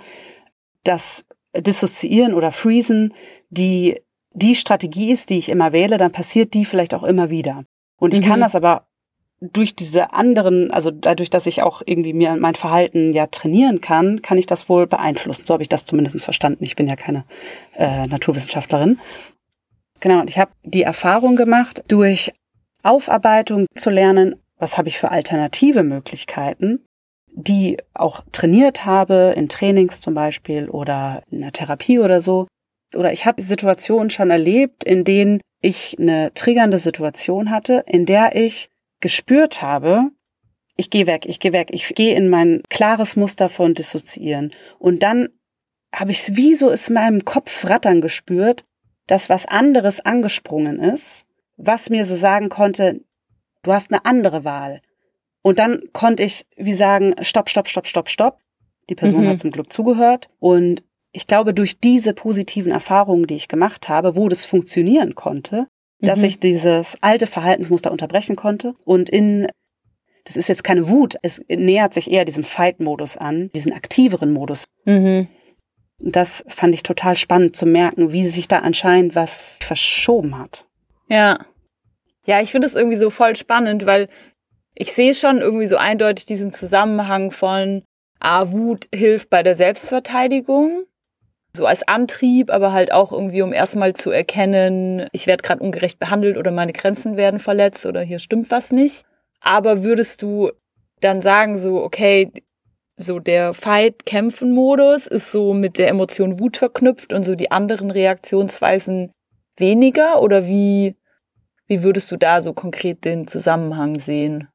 dass Dissoziieren oder Freezen die, die Strategie ist, die ich immer wähle, dann passiert die vielleicht auch immer wieder. Und ich mhm. kann das aber durch diese anderen, also dadurch, dass ich auch irgendwie mir mein Verhalten ja trainieren kann, kann ich das wohl beeinflussen. So habe ich das zumindest verstanden. Ich bin ja keine äh, Naturwissenschaftlerin. Genau, und ich habe die Erfahrung gemacht, durch Aufarbeitung zu lernen, was habe ich für alternative Möglichkeiten, die auch trainiert habe, in Trainings zum Beispiel oder in der Therapie oder so, oder ich habe Situationen schon erlebt, in denen ich eine triggernde Situation hatte, in der ich gespürt habe, ich gehe weg, ich gehe weg, ich gehe in mein klares Muster von Dissoziieren. Und dann habe ich es wie so in meinem Kopf rattern gespürt, dass was anderes angesprungen ist, was mir so sagen konnte, du hast eine andere Wahl. Und dann konnte ich wie sagen, stopp, stopp, stopp, stopp, stopp. Die Person mhm. hat zum Glück zugehört. Und ich glaube, durch diese positiven Erfahrungen, die ich gemacht habe, wo das funktionieren konnte, mhm. dass ich dieses alte Verhaltensmuster unterbrechen konnte und in, das ist jetzt keine Wut, es nähert sich eher diesem Fight-Modus an, diesen aktiveren Modus. Mhm. Das fand ich total spannend zu merken, wie sich da anscheinend was verschoben hat. Ja. Ja, ich finde es irgendwie so voll spannend, weil ich sehe schon irgendwie so eindeutig diesen Zusammenhang von, ah, Wut hilft bei der Selbstverteidigung, so als Antrieb, aber halt auch irgendwie, um erstmal zu erkennen, ich werde gerade ungerecht behandelt oder meine Grenzen werden verletzt oder hier stimmt was nicht. Aber würdest du dann sagen so, okay, so der Fight-Kämpfen-Modus ist so mit der Emotion Wut verknüpft und so die anderen Reaktionsweisen weniger? Oder wie, wie würdest du da so konkret den Zusammenhang sehen?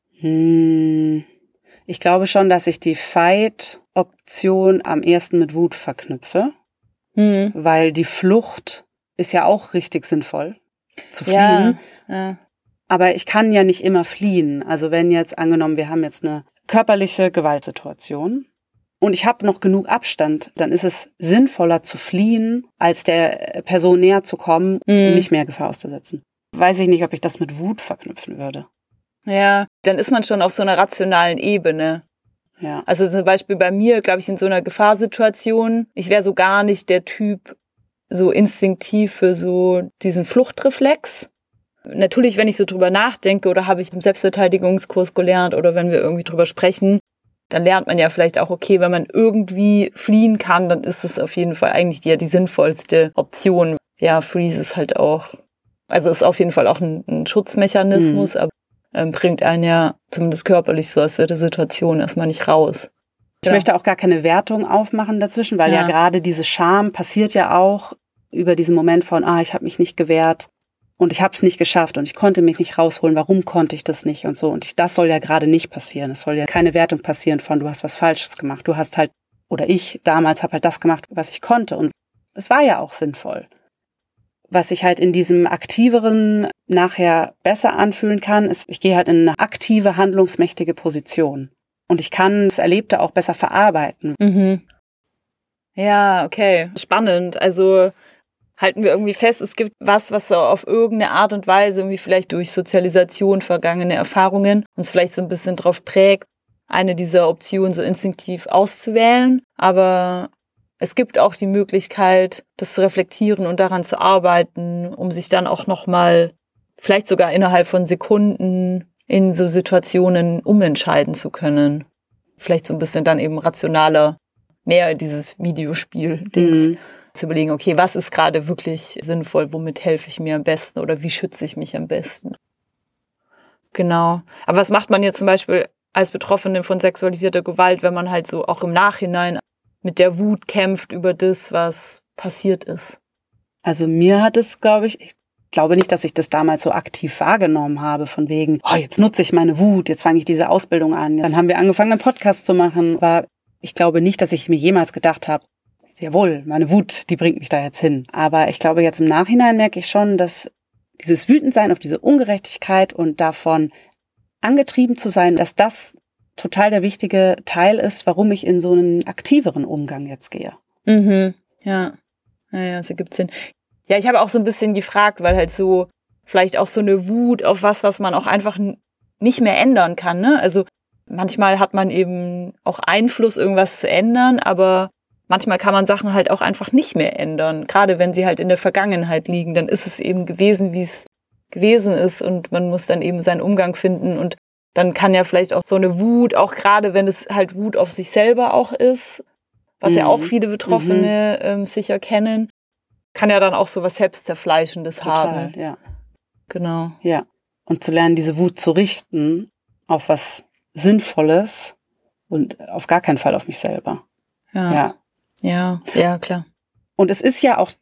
Hm, ich glaube schon, dass ich die Fight-Option am ehesten mit Wut verknüpfe, hm. weil die Flucht ist ja auch richtig sinnvoll, zu fliehen. Ja, ja. Aber ich kann ja nicht immer fliehen. Also wenn jetzt angenommen, wir haben jetzt eine körperliche Gewaltsituation und ich habe noch genug Abstand, dann ist es sinnvoller zu fliehen, als der Person näher zu kommen, um mm. nicht mehr Gefahr auszusetzen. Weiß ich nicht, ob ich das mit Wut verknüpfen würde. Ja, dann ist man schon auf so einer rationalen Ebene. Ja. Also zum Beispiel bei mir, glaube ich, in so einer Gefahrsituation, ich wäre so gar nicht der Typ so instinktiv für so diesen Fluchtreflex. Natürlich, wenn ich so drüber nachdenke oder habe ich im Selbstverteidigungskurs gelernt oder wenn wir irgendwie drüber sprechen, dann lernt man ja vielleicht auch, okay, wenn man irgendwie fliehen kann, dann ist es auf jeden Fall eigentlich die, ja die sinnvollste Option. Ja, Freeze ist halt auch, also ist auf jeden Fall auch ein, ein Schutzmechanismus, mhm. aber ähm, bringt einen ja zumindest körperlich so aus der Situation erstmal nicht raus. Ich ja. möchte auch gar keine Wertung aufmachen dazwischen, weil ja, ja gerade diese Scham passiert ja auch über diesen Moment von, ah, ich habe mich nicht gewehrt. Und ich habe es nicht geschafft und ich konnte mich nicht rausholen. Warum konnte ich das nicht und so? Und ich, das soll ja gerade nicht passieren. Es soll ja keine Wertung passieren von, du hast was Falsches gemacht. Du hast halt, oder ich damals habe halt das gemacht, was ich konnte. Und es war ja auch sinnvoll. Was ich halt in diesem aktiveren nachher besser anfühlen kann, ist, ich gehe halt in eine aktive, handlungsmächtige Position. Und ich kann das Erlebte auch besser verarbeiten. Mhm. Ja, okay. Spannend. Also halten wir irgendwie fest, es gibt was, was so auf irgendeine Art und Weise, irgendwie vielleicht durch Sozialisation, vergangene Erfahrungen, uns vielleicht so ein bisschen drauf prägt, eine dieser Optionen so instinktiv auszuwählen. Aber es gibt auch die Möglichkeit, das zu reflektieren und daran zu arbeiten, um sich dann auch nochmal, vielleicht sogar innerhalb von Sekunden, in so Situationen umentscheiden zu können. Vielleicht so ein bisschen dann eben rationaler, mehr dieses Videospiel-Dings. Mhm. Zu überlegen, okay, was ist gerade wirklich sinnvoll, womit helfe ich mir am besten oder wie schütze ich mich am besten? Genau. Aber was macht man jetzt zum Beispiel als Betroffene von sexualisierter Gewalt, wenn man halt so auch im Nachhinein mit der Wut kämpft über das, was passiert ist? Also mir hat es, glaube ich, ich glaube nicht, dass ich das damals so aktiv wahrgenommen habe, von wegen, oh, jetzt nutze ich meine Wut, jetzt fange ich diese Ausbildung an. Dann haben wir angefangen, einen Podcast zu machen. Aber ich glaube nicht, dass ich mir jemals gedacht habe, jawohl, meine Wut, die bringt mich da jetzt hin. Aber ich glaube, jetzt im Nachhinein merke ich schon, dass dieses Wütendsein auf diese Ungerechtigkeit und davon angetrieben zu sein, dass das total der wichtige Teil ist, warum ich in so einen aktiveren Umgang jetzt gehe. Mhm, ja. Ja, ja, das ergibt Sinn. Ja, ich habe auch so ein bisschen gefragt, weil halt so vielleicht auch so eine Wut auf was, was man auch einfach nicht mehr ändern kann, ne? Also manchmal hat man eben auch Einfluss, irgendwas zu ändern, aber manchmal kann man Sachen halt auch einfach nicht mehr ändern. Gerade wenn sie halt in der Vergangenheit liegen, dann ist es eben gewesen, wie es gewesen ist und man muss dann eben seinen Umgang finden und dann kann ja vielleicht auch so eine Wut, auch gerade wenn es halt Wut auf sich selber auch ist, was mhm. ja auch viele Betroffene mhm. ähm, sicher kennen, kann ja dann auch so was Selbstzerfleischendes Total, haben. Ja. Genau. Ja. Und zu lernen, diese Wut zu richten auf was Sinnvolles und auf gar keinen Fall auf mich selber. Ja. Ja. Ja, ja, klar. Und es ist ja auch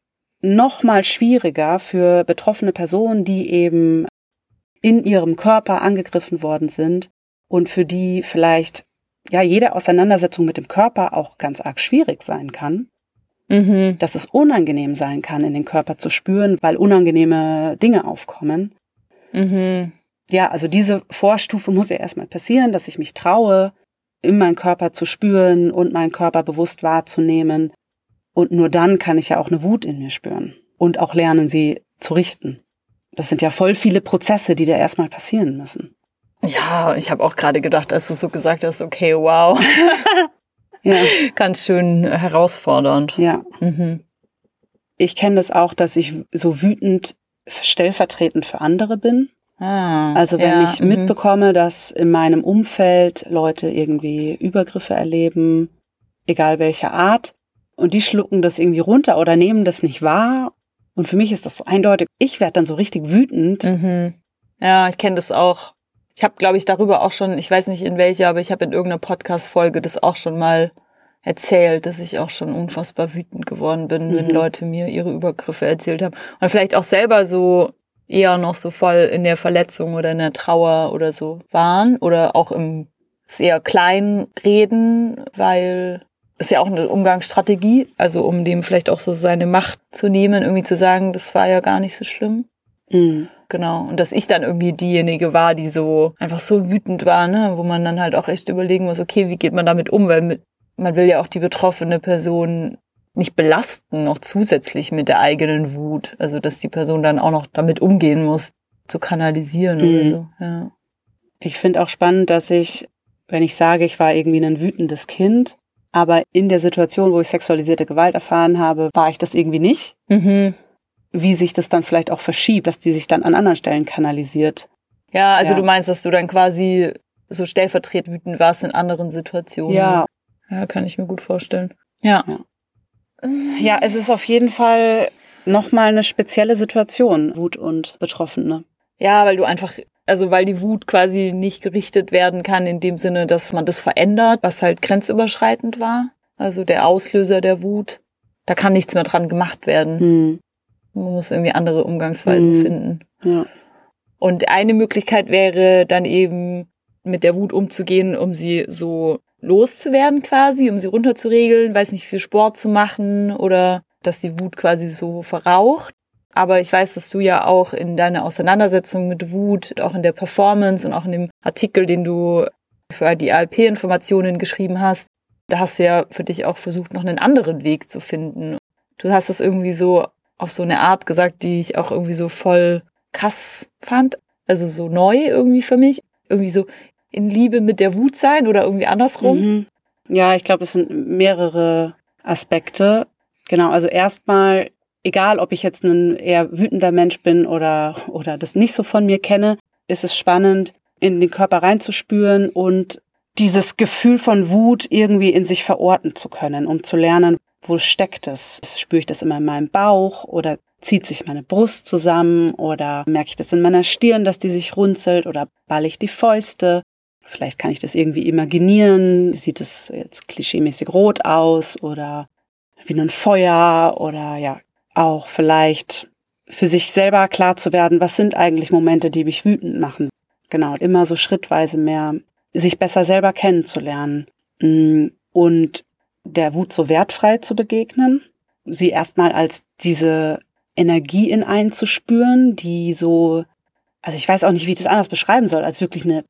noch mal schwieriger für betroffene Personen, die eben in ihrem Körper angegriffen worden sind und für die vielleicht ja jede Auseinandersetzung mit dem Körper auch ganz arg schwierig sein kann. Mhm. Dass es unangenehm sein kann, in den Körper zu spüren, weil unangenehme Dinge aufkommen. Mhm. Ja, also diese Vorstufe muss ja erstmal passieren, dass ich mich traue, in meinen Körper zu spüren und meinen Körper bewusst wahrzunehmen. Und nur dann kann ich ja auch eine Wut in mir spüren und auch lernen, sie zu richten. Das sind ja voll viele Prozesse, die da erstmal passieren müssen. Ja, ich habe auch gerade gedacht, als du so gesagt hast, okay, wow. Ja. Ganz schön herausfordernd. Ja. Mhm. Ich kenne das auch, dass ich so wütend stellvertretend für andere bin. Ah, also wenn ja, ich m- mitbekomme, dass in meinem Umfeld Leute irgendwie Übergriffe erleben, egal welcher Art, und die schlucken das irgendwie runter oder nehmen das nicht wahr. Und für mich ist das so eindeutig, ich werde dann so richtig wütend. Mhm. Ja, ich kenne das auch. Ich habe, glaube ich, darüber auch schon, ich weiß nicht in welcher, aber ich habe in irgendeiner Podcast-Folge das auch schon mal erzählt, dass ich auch schon unfassbar wütend geworden bin, mhm. wenn Leute mir ihre Übergriffe erzählt haben. Und vielleicht auch selber so eher noch so voll in der Verletzung oder in der Trauer oder so waren. Oder auch im sehr kleinen Reden, weil es ja auch eine Umgangsstrategie, also um dem vielleicht auch so seine Macht zu nehmen, irgendwie zu sagen, das war ja gar nicht so schlimm. Mhm. Genau, und dass ich dann irgendwie diejenige war, die so einfach so wütend war, ne, wo man dann halt auch echt überlegen muss, okay, wie geht man damit um, weil mit, man will ja auch die betroffene Person nicht belasten, noch zusätzlich mit der eigenen Wut, also dass die Person dann auch noch damit umgehen muss, zu kanalisieren mhm. oder so. Ja. Ich finde auch spannend, dass ich, wenn ich sage, ich war irgendwie ein wütendes Kind, aber in der Situation, wo ich sexualisierte Gewalt erfahren habe, war ich das irgendwie nicht. Mhm. Wie sich das dann vielleicht auch verschiebt, dass die sich dann an anderen Stellen kanalisiert. Ja, also ja. Du meinst, dass du dann quasi so stellvertretend wütend warst in anderen Situationen. Ja. Ja, kann ich mir gut vorstellen. Ja. Ja, ja, es ist auf jeden Fall nochmal eine spezielle Situation, Wut und Betroffene. Ja, weil du einfach, also weil die Wut quasi nicht gerichtet werden kann in dem Sinne, dass man das verändert, was halt grenzüberschreitend war. Also der Auslöser der Wut, da kann nichts mehr dran gemacht werden. Hm. Man muss irgendwie andere Umgangsweisen mhm. finden. Ja. Und eine Möglichkeit wäre dann eben, mit der Wut umzugehen, um sie so loszuwerden quasi, um sie runterzuregeln, weiß nicht, viel Sport zu machen oder dass die Wut quasi so verraucht. Aber ich weiß, dass du ja auch in deiner Auseinandersetzung mit Wut, auch in der Performance und auch in dem Artikel, den du für die A L P-Informationen geschrieben hast, da hast du ja für dich auch versucht, noch einen anderen Weg zu finden. Du hast es irgendwie so auf so eine Art gesagt, die ich auch irgendwie so voll krass fand. Also so neu irgendwie für mich. Irgendwie so in Liebe mit der Wut sein oder irgendwie andersrum. Mhm. Ja, ich glaube, es sind mehrere Aspekte. Genau, also erstmal, egal ob ich jetzt ein eher wütender Mensch bin oder, oder das nicht so von mir kenne, ist es spannend, in den Körper reinzuspüren und dieses Gefühl von Wut irgendwie in sich verorten zu können, um zu lernen, wo steckt es? Spüre ich das immer in meinem Bauch oder zieht sich meine Brust zusammen oder merke ich das in meiner Stirn, dass die sich runzelt oder balle ich die Fäuste? Vielleicht kann ich das irgendwie imaginieren. Sieht es jetzt klischeemäßig rot aus oder wie ein Feuer oder ja, auch vielleicht für sich selber klar zu werden, was sind eigentlich Momente, die mich wütend machen. Genau, immer so schrittweise mehr sich besser selber kennenzulernen und der Wut so wertfrei zu begegnen, sie erstmal als diese Energie in einen zu spüren, die so, also ich weiß auch nicht, wie ich das anders beschreiben soll, als wirklich eine,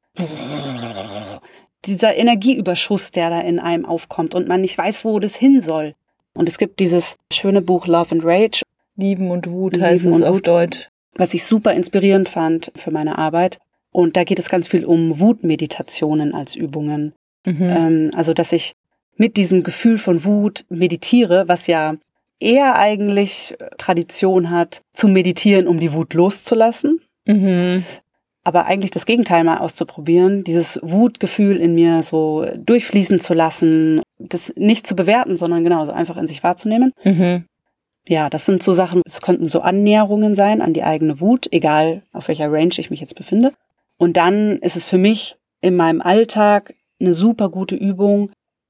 dieser Energieüberschuss, der da in einem aufkommt und man nicht weiß, wo das hin soll. Und es gibt dieses schöne Buch Love and Rage. Lieben und Wut heißt es auf Deutsch. Was ich super inspirierend fand für meine Arbeit. Und da geht es ganz viel um Wutmeditationen als Übungen. Mhm. Ähm, also, dass ich mit diesem Gefühl von Wut meditiere, was ja eher eigentlich Tradition hat, zu meditieren, um die Wut loszulassen. Mhm. Aber eigentlich das Gegenteil mal auszuprobieren, dieses Wutgefühl in mir so durchfließen zu lassen, das nicht zu bewerten, sondern genauso einfach in sich wahrzunehmen. Mhm. Ja, das sind so Sachen, es könnten so Annäherungen sein an die eigene Wut, egal auf welcher Range ich mich jetzt befinde. Und dann ist es für mich in meinem Alltag eine super gute Übung,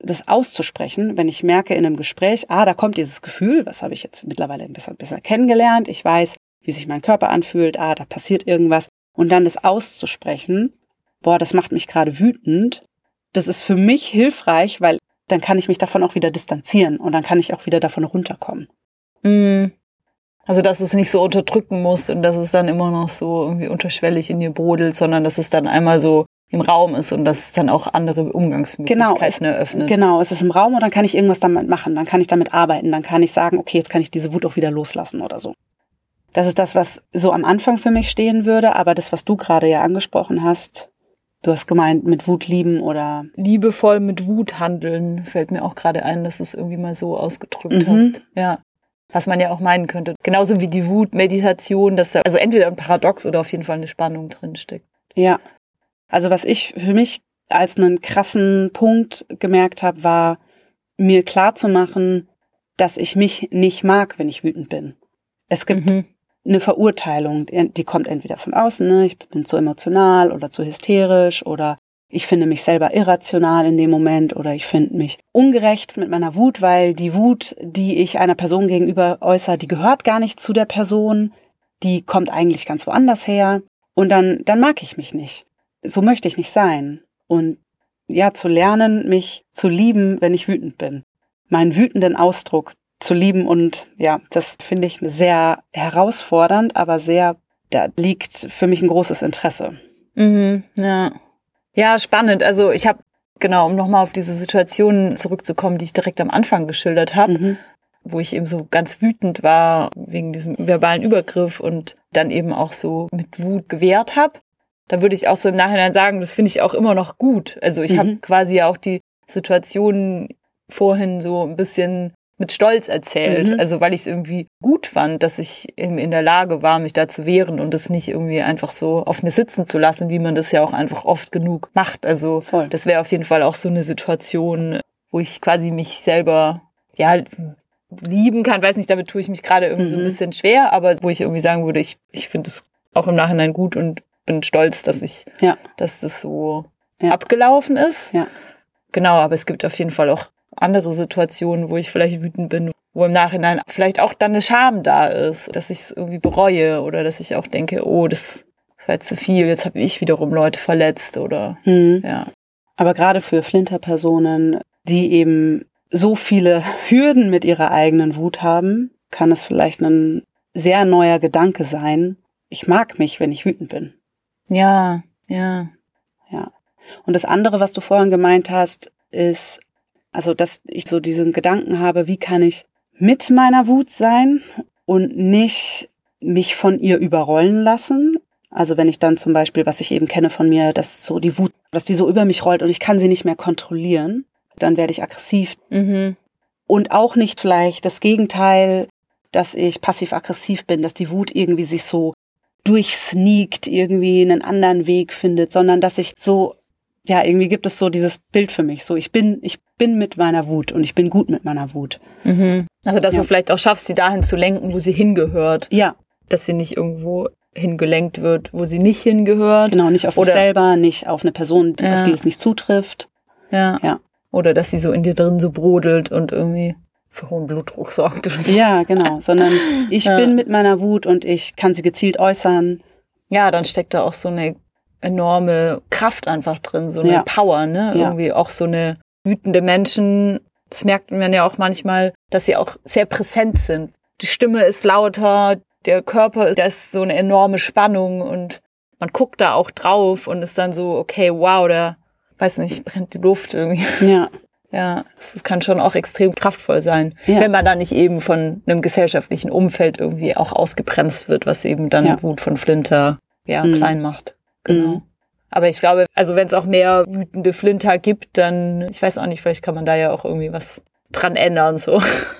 das auszusprechen, wenn ich merke in einem Gespräch, ah, da kommt dieses Gefühl, was habe ich jetzt mittlerweile ein bisschen besser kennengelernt, ich weiß, wie sich mein Körper anfühlt, ah, da passiert irgendwas, und dann das auszusprechen, boah, das macht mich gerade wütend, das ist für mich hilfreich, weil dann kann ich mich davon auch wieder distanzieren und dann kann ich auch wieder davon runterkommen. Mhm. Also, dass du es nicht so unterdrücken musst und dass es dann immer noch so irgendwie unterschwellig in dir brodelt, sondern dass es dann einmal so im Raum ist und dass es dann auch andere Umgangsmöglichkeiten genau, eröffnet. Genau, es ist im Raum und dann kann ich irgendwas damit machen, dann kann ich damit arbeiten, dann kann ich sagen, okay, jetzt kann ich diese Wut auch wieder loslassen oder so. Das ist das, was so am Anfang für mich stehen würde, aber das, was du gerade ja angesprochen hast, du hast gemeint, mit Wut lieben oder... Liebevoll mit Wut handeln, fällt mir auch gerade ein, dass du es irgendwie mal so ausgedrückt Mhm. hast. Ja. Was man ja auch meinen könnte. Genauso wie die Wut-Meditation, dass da also entweder ein Paradox oder auf jeden Fall eine Spannung drinsteckt. Ja, also was ich für mich als einen krassen Punkt gemerkt habe, war, mir klarzumachen, dass ich mich nicht mag, wenn ich wütend bin. Es gibt Mhm. eine Verurteilung, die kommt entweder von außen, ne? Ich bin zu emotional oder zu hysterisch oder ich finde mich selber irrational in dem Moment oder ich finde mich ungerecht mit meiner Wut, weil die Wut, die ich einer Person gegenüber äußere, die gehört gar nicht zu der Person, die kommt eigentlich ganz woanders her und dann, dann mag ich mich nicht. So möchte ich nicht sein. Und ja, zu lernen, mich zu lieben, wenn ich wütend bin. Meinen wütenden Ausdruck zu lieben und ja, das finde ich sehr herausfordernd, aber sehr, da liegt für mich ein großes Interesse. Mhm. Ja. Ja, spannend. Also ich habe, genau, um nochmal auf diese Situation zurückzukommen, die ich direkt am Anfang geschildert habe, Mhm. wo ich eben so ganz wütend war wegen diesem verbalen Übergriff und dann eben auch so mit Wut gewehrt habe. Da würde ich auch so im Nachhinein sagen, das finde ich auch immer noch gut. Also ich Mhm. habe quasi ja auch die Situation vorhin so ein bisschen mit Stolz erzählt. Mhm. Also weil ich es irgendwie gut fand, dass ich eben in der Lage war, mich da zu wehren und es nicht irgendwie einfach so auf mir sitzen zu lassen, wie man das ja auch einfach oft genug macht. Also Voll. das wäre auf jeden Fall auch so eine Situation, wo ich quasi mich selber, ja, lieben kann. Weiß nicht, damit tue ich mich gerade irgendwie Mhm. so ein bisschen schwer, aber wo ich irgendwie sagen würde, ich, ich finde es auch im Nachhinein gut und bin stolz, dass ich, Ja. dass das so Ja. abgelaufen ist. Ja. Genau, aber es gibt auf jeden Fall auch andere Situationen, wo ich vielleicht wütend bin, wo im Nachhinein vielleicht auch dann eine Scham da ist, dass ich es irgendwie bereue oder dass ich auch denke, oh, das war jetzt zu viel, jetzt habe ich wiederum Leute verletzt oder Mhm. ja. Aber gerade für Flinterpersonen, die eben so viele Hürden mit ihrer eigenen Wut haben, kann es vielleicht ein sehr neuer Gedanke sein. Ich mag mich, wenn ich wütend bin. Ja, ja. Ja. Und das andere, was du vorhin gemeint hast, ist, also, dass ich so diesen Gedanken habe, wie kann ich mit meiner Wut sein und nicht mich von ihr überrollen lassen. Also wenn ich dann zum Beispiel, was ich eben kenne von mir, dass so die Wut, dass die so über mich rollt und ich kann sie nicht mehr kontrollieren, dann werde ich aggressiv. Mhm. Und auch nicht vielleicht das Gegenteil, dass ich passiv-aggressiv bin, dass die Wut irgendwie sich so durchsneakt, irgendwie einen anderen Weg findet, sondern dass ich so, ja, irgendwie gibt es so dieses Bild für mich, so ich bin, ich bin mit meiner Wut und ich bin gut mit meiner Wut. Mhm. Also dass Ja. du vielleicht auch schaffst, sie dahin zu lenken, wo sie hingehört. Ja, Dass sie nicht irgendwo hingelenkt wird, wo sie nicht hingehört. genau, nicht auf mich Oder- selber, nicht auf eine Person, die, Ja. auf die es nicht zutrifft. Ja. Ja. Oder dass sie so in dir drin so brodelt und irgendwie für hohen Blutdruck sorgt oder so. Ja, genau, sondern ich Ja. bin mit meiner Wut und ich kann sie gezielt äußern. Ja, dann steckt da auch so eine enorme Kraft einfach drin, so eine Ja. Power, ne? Ja. Irgendwie auch so eine wütende Menschen, das merkt man ja auch manchmal, dass sie auch sehr präsent sind. Die Stimme ist lauter, der Körper, da ist so eine enorme Spannung und man guckt da auch drauf und ist dann so, okay, wow, da, weiß nicht, brennt die Luft irgendwie. Ja, Ja, das, das kann schon auch extrem kraftvoll sein, Ja. wenn man da nicht eben von einem gesellschaftlichen Umfeld irgendwie auch ausgebremst wird, was eben dann Ja. Wut von Flinter ja, Mhm. klein macht. Genau. Mhm. Aber ich glaube, also wenn es auch mehr wütende Flinter gibt, dann, ich weiß auch nicht, vielleicht kann man da ja auch irgendwie was dran ändern, so.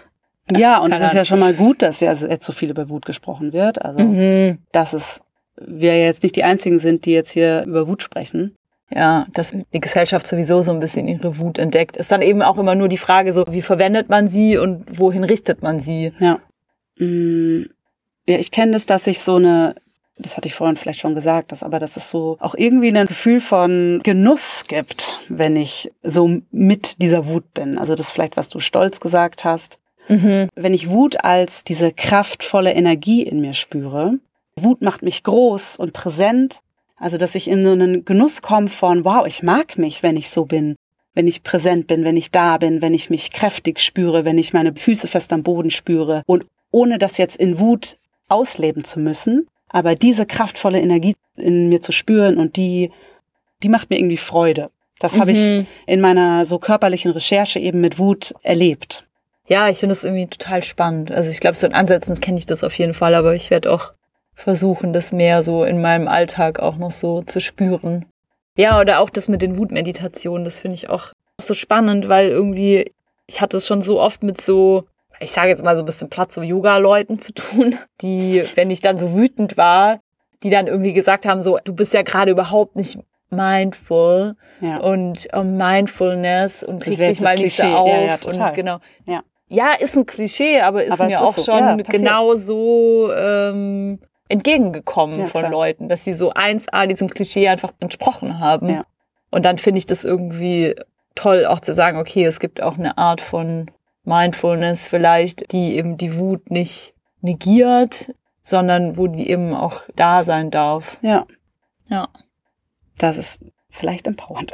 ja, und es Keine ist ja schon mal gut, dass ja jetzt so viel über Wut gesprochen wird. Also, Mhm. dass es wir jetzt nicht die Einzigen sind, die jetzt hier über Wut sprechen. Ja, dass die Gesellschaft sowieso so ein bisschen ihre Wut entdeckt. Ist dann eben auch immer nur die Frage so, wie verwendet man sie und wohin richtet man sie? Ja. Mm, ja, ich kenne das, dass ich so eine das hatte ich vorhin vielleicht schon gesagt, dass aber dass es so auch irgendwie ein Gefühl von Genuss gibt, wenn ich so mit dieser Wut bin. Also das ist vielleicht, was du stolz gesagt hast. Mhm. Wenn ich Wut als diese kraftvolle Energie in mir spüre, Wut macht mich groß und präsent. Also dass ich in so einen Genuss komme von, wow, ich mag mich, wenn ich so bin. Wenn ich präsent bin, wenn ich da bin, wenn ich mich kräftig spüre, wenn ich meine Füße fest am Boden spüre und ohne das jetzt in Wut ausleben zu müssen, aber diese kraftvolle Energie in mir zu spüren und die, die macht mir irgendwie Freude. Das mhm. habe ich in meiner so körperlichen Recherche eben mit Wut erlebt. Ja, ich finde das irgendwie total spannend. Also ich glaube, so in Ansätzen kenne ich das auf jeden Fall, aber ich werde auch versuchen, das mehr so in meinem Alltag auch noch so zu spüren. Ja, oder auch das mit den Wutmeditationen, das finde ich auch so spannend, weil irgendwie, ich hatte es schon so oft mit so, ich sage jetzt mal so ein bisschen platt, so Yoga-Leuten zu tun, die, wenn ich dann so wütend war, die dann irgendwie gesagt haben, so, du bist ja gerade überhaupt nicht mindful ja. und um, Mindfulness und reg dich mal nicht so auf. Ja, ja, total. Und genau. Ja. ja, ist ein Klischee, aber ist aber mir auch ist so. schon ja, genau so ähm, entgegengekommen ja, von klar. Leuten, dass sie so eins a diesem Klischee einfach entsprochen haben. Ja. Und dann finde ich das irgendwie toll, auch zu sagen, okay, es gibt auch eine Art von Mindfulness vielleicht, die eben die Wut nicht negiert, sondern wo die eben auch da sein darf. Ja. Ja. Das ist vielleicht empowernd.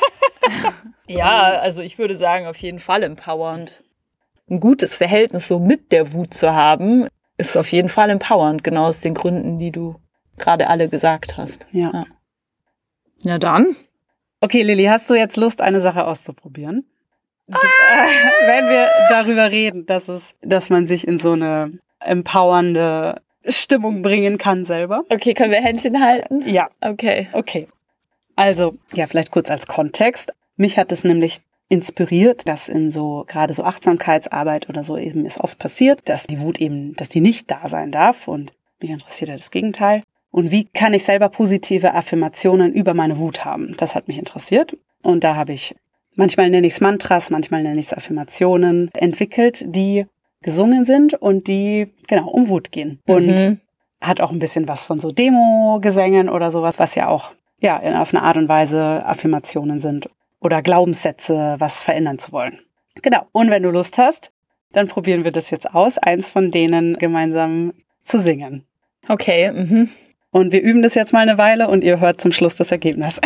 Ja, also ich würde sagen, auf jeden Fall empowernd. Ein gutes Verhältnis so mit der Wut zu haben, ist auf jeden Fall empowernd, genau aus den Gründen, die du gerade alle gesagt hast. Ja. Ja, ja dann. Okay, Lilly, hast du jetzt Lust, eine Sache auszuprobieren? Ah! Wenn wir darüber reden, dass es, dass man sich in so eine empowernde Stimmung bringen kann selber. Okay, können wir Händchen halten? Ja. Okay. Okay. Also, ja, vielleicht kurz als Kontext. Mich hat es nämlich inspiriert, dass in so, gerade so Achtsamkeitsarbeit oder so eben ist oft passiert, dass die Wut eben, dass die nicht da sein darf und mich interessiert ja das Gegenteil. Und wie kann ich selber positive Affirmationen über meine Wut haben? Das hat mich interessiert. Und da habe ich, manchmal nenne ich es Mantras, manchmal nenne ich es Affirmationen entwickelt, die gesungen sind und die, genau, um Wut gehen. Und mhm. hat auch ein bisschen was von so Demo-Gesängen oder sowas, was ja auch, ja, auf eine Art und Weise Affirmationen sind. Oder Glaubenssätze, was verändern zu wollen. Genau. Und wenn du Lust hast, dann probieren wir das jetzt aus, eins von denen gemeinsam zu singen. Okay. Mhm. Und wir üben das jetzt mal eine Weile und ihr hört zum Schluss das Ergebnis.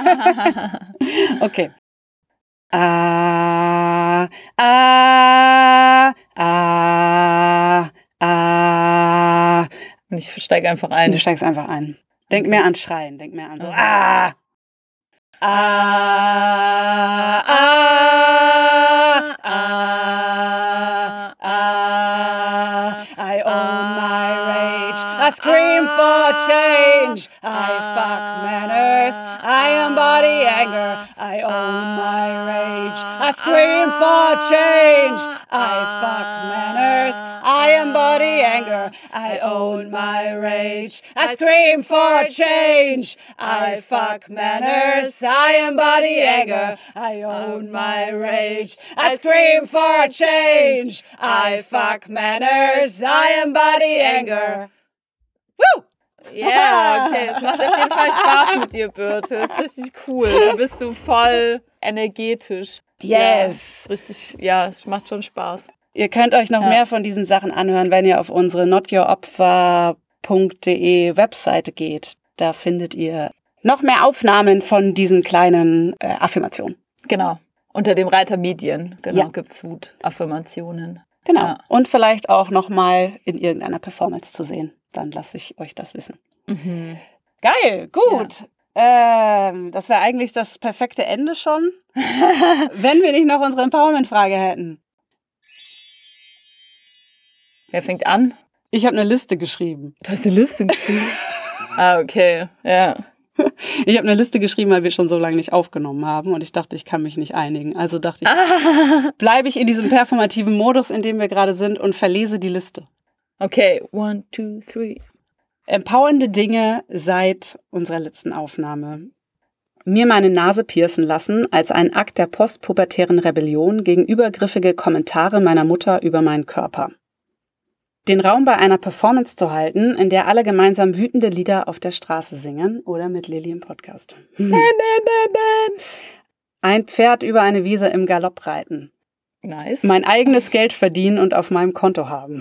Okay. Ah, ah, ah, ah. Und ich steige einfach ein. Du steigst einfach ein. Denk mehr an Schreien, denk mehr an so ah. Ah, ah, ah, ah, I own my rage, I scream for change, I fuck manners, I embody anger, I own my rage, I scream for change, I fuck manners, I embody anger, I own my rage, I scream for change, I fuck manners, I embody anger, I own my rage, I scream for change, I fuck manners, I embody anger. Woo! Ja, yeah, okay, es macht auf jeden Fall Spaß mit dir, Birte. Es ist richtig cool. Du bist so voll energetisch. Yes! Ja, richtig, ja, es macht schon Spaß. Ihr könnt euch noch ja. mehr von diesen Sachen anhören, wenn ihr auf unsere not your opfer punkt de Webseite geht. Da findet ihr noch mehr Aufnahmen von diesen kleinen äh, Affirmationen. Genau. Unter dem Reiter Medien, genau, ja. gibt's Wut-Affirmationen. Genau. Ja. Und vielleicht auch nochmal in irgendeiner Performance zu sehen. Dann lasse ich euch das wissen. Mhm. Geil, gut. Ja. Ähm, das wäre eigentlich das perfekte Ende schon, wenn wir nicht noch unsere Empowerment-Frage hätten. Wer fängt an? Ich habe eine Liste geschrieben. Du hast eine Liste geschrieben? Ah, okay, ja. Ich habe eine Liste geschrieben, weil wir schon so lange nicht aufgenommen haben und ich dachte, ich kann mich nicht einigen. Also dachte ich, ah. bleibe ich in diesem performativen Modus, in dem wir gerade sind und verlese die Liste. Okay, one, two, three. Empowernde Dinge seit unserer letzten Aufnahme. Mir meine Nase piercen lassen als ein Akt der postpubertären Rebellion gegen übergriffige Kommentare meiner Mutter über meinen Körper. den Raum bei einer Performance zu halten, in der alle gemeinsam wütende Lieder auf der Straße singen oder mit Lilly im Podcast. Bam, bam, bam, bam. Ein Pferd über eine Wiese im Galopp reiten. Nice. Mein eigenes Geld verdienen und auf meinem Konto haben.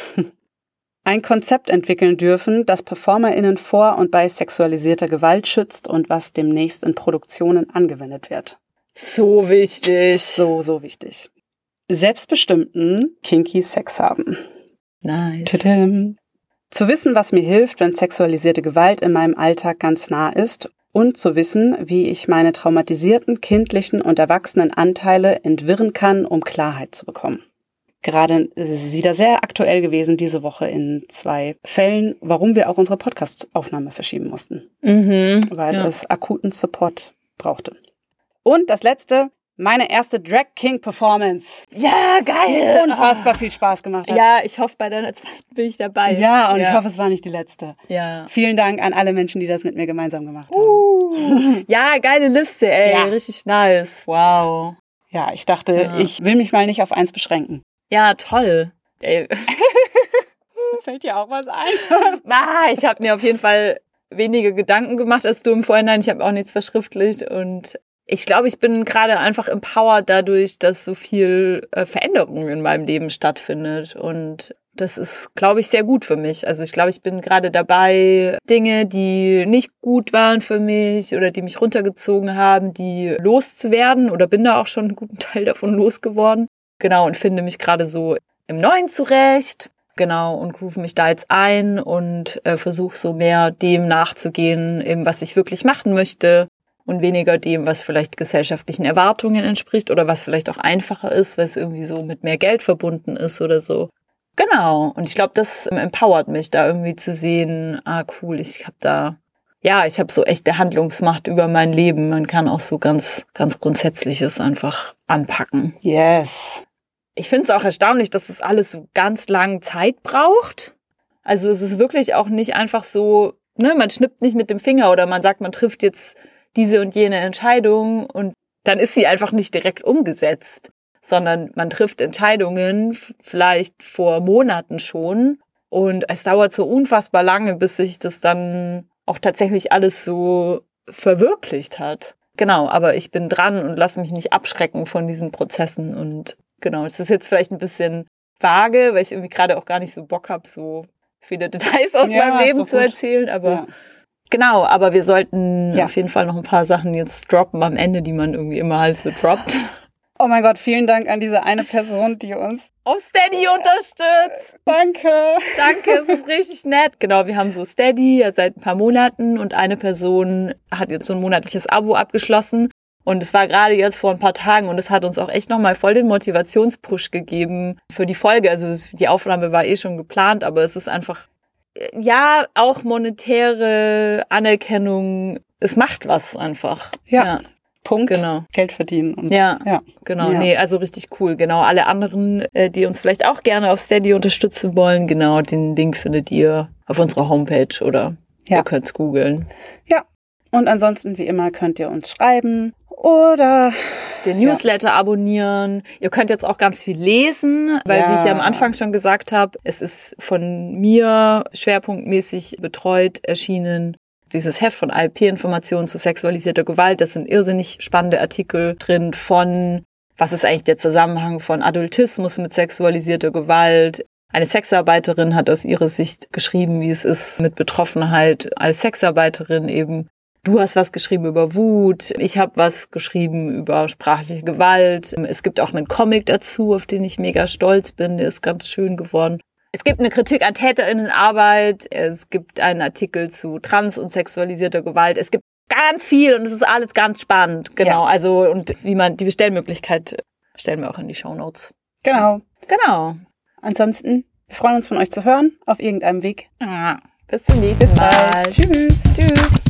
Ein Konzept entwickeln dürfen, das PerformerInnen vor und bei sexualisierter Gewalt schützt und was demnächst in Produktionen angewendet wird. So wichtig. So, so wichtig. Selbstbestimmten, kinky Sex haben. Nice. Tadam. Zu wissen, was mir hilft, wenn sexualisierte Gewalt in meinem Alltag ganz nah ist und zu wissen, wie ich meine traumatisierten, kindlichen und erwachsenen Anteile entwirren kann, um Klarheit zu bekommen. Gerade wieder sehr aktuell gewesen diese Woche in zwei Fällen, warum wir auch unsere Podcast-Aufnahme verschieben mussten. Mhm, weil ja. es akuten Support brauchte. Und das Letzte, meine erste Drag King Performance. Ja, geil. Die unfassbar viel Spaß gemacht hat. Ja, ich hoffe, bei deiner zweiten bin ich dabei. Ja, und ja. ich hoffe, es war nicht die letzte. Ja. Vielen Dank an alle Menschen, die das mit mir gemeinsam gemacht haben. Uh, ja, geile Liste, ey. Ja. Richtig nice. Wow. Ja, ich dachte, Ja. ich will mich mal nicht auf eins beschränken. Ja, toll. Ey. Fällt dir auch was ein? Ah, ich habe mir auf jeden Fall wenige Gedanken gemacht als du im Vorhinein. Ich habe auch nichts verschriftlicht und ich glaube, ich bin gerade einfach empowered dadurch, dass so viel äh, Veränderung in meinem Leben stattfindet und das ist, glaube ich, sehr gut für mich. Also ich glaube, ich bin gerade dabei, Dinge, die nicht gut waren für mich oder die mich runtergezogen haben, die loszuwerden oder bin da auch schon einen guten Teil davon losgeworden. Genau, und finde mich gerade so im Neuen zurecht. Genau, und groove mich da jetzt ein und äh, versuche so mehr dem nachzugehen, eben was ich wirklich machen möchte und weniger dem, was vielleicht gesellschaftlichen Erwartungen entspricht oder was vielleicht auch einfacher ist, weil es irgendwie so mit mehr Geld verbunden ist oder so. Genau, und ich glaube, das ähm, empowert mich, da irgendwie zu sehen, ah cool, ich habe da, ja, ich habe so echte Handlungsmacht über mein Leben. Man kann auch so ganz, ganz Grundsätzliches einfach anpacken. Yes. Ich finde es auch erstaunlich, dass es alles so ganz lange Zeit braucht. Also es ist wirklich auch nicht einfach so, ne, man schnippt nicht mit dem Finger oder man sagt, man trifft jetzt diese und jene Entscheidung und dann ist sie einfach nicht direkt umgesetzt, sondern man trifft Entscheidungen f- vielleicht vor Monaten schon und es dauert so unfassbar lange, bis sich das dann auch tatsächlich alles so verwirklicht hat. Genau, aber ich bin dran und lasse mich nicht abschrecken von diesen Prozessen und genau, es ist jetzt vielleicht ein bisschen vage, weil ich irgendwie gerade auch gar nicht so Bock habe, so viele Details aus Ja, meinem Leben so zu gut. erzählen, aber Ja. genau, aber wir sollten Ja. auf jeden Fall noch ein paar Sachen jetzt droppen am Ende, die man irgendwie immer halt so droppt. Oh mein Gott, vielen Dank an diese eine Person, die uns... Auf Steady unterstützt. Danke. Danke, es ist richtig nett. Genau, wir haben so Steady ja seit ein paar Monaten und eine Person hat jetzt so ein monatliches Abo abgeschlossen. Und es war gerade jetzt vor ein paar Tagen und es hat uns auch echt nochmal voll den Motivationspush gegeben für die Folge. Also es- die Aufnahme war eh schon geplant, aber es ist einfach, äh, ja, auch monetäre Anerkennung. Es macht was einfach. Ja. ja Punkt. genau. Geld verdienen. Und Ja, ja. genau. Ja. Nee, also richtig cool. Genau. Alle anderen, äh, die uns vielleicht auch gerne auf Steady unterstützen wollen, genau, den Link findet ihr auf unserer Homepage oder Ja. ihr könnt's googeln. Ja. Und ansonsten, wie immer, könnt ihr uns schreiben oder... Den Newsletter abonnieren. Ihr könnt jetzt auch ganz viel lesen, weil, Ja. wie ich ja am Anfang schon gesagt habe, es ist von mir schwerpunktmäßig betreut erschienen. Dieses Heft von I P-Informationen zu sexualisierter Gewalt, das sind irrsinnig spannende Artikel drin von, was ist eigentlich der Zusammenhang von Adultismus mit sexualisierter Gewalt. Eine Sexarbeiterin hat aus ihrer Sicht geschrieben, wie es ist mit Betroffenheit als Sexarbeiterin eben. Du hast was geschrieben über Wut, ich habe was geschrieben über sprachliche Gewalt. Es gibt auch einen Comic dazu, auf den ich mega stolz bin, der ist ganz schön geworden. Es gibt eine Kritik an TäterInnenarbeit, es gibt einen Artikel zu trans- und sexualisierter Gewalt. Es gibt ganz viel und es ist alles ganz spannend. Genau, Ja. also und wie man die Bestellmöglichkeit stellen wir auch in die Shownotes. Genau. Genau. Ansonsten, wir freuen uns von euch zu hören, auf irgendeinem Weg. Ah, bis zum nächsten Bis Mal. bald. Tschüss. Tschüss.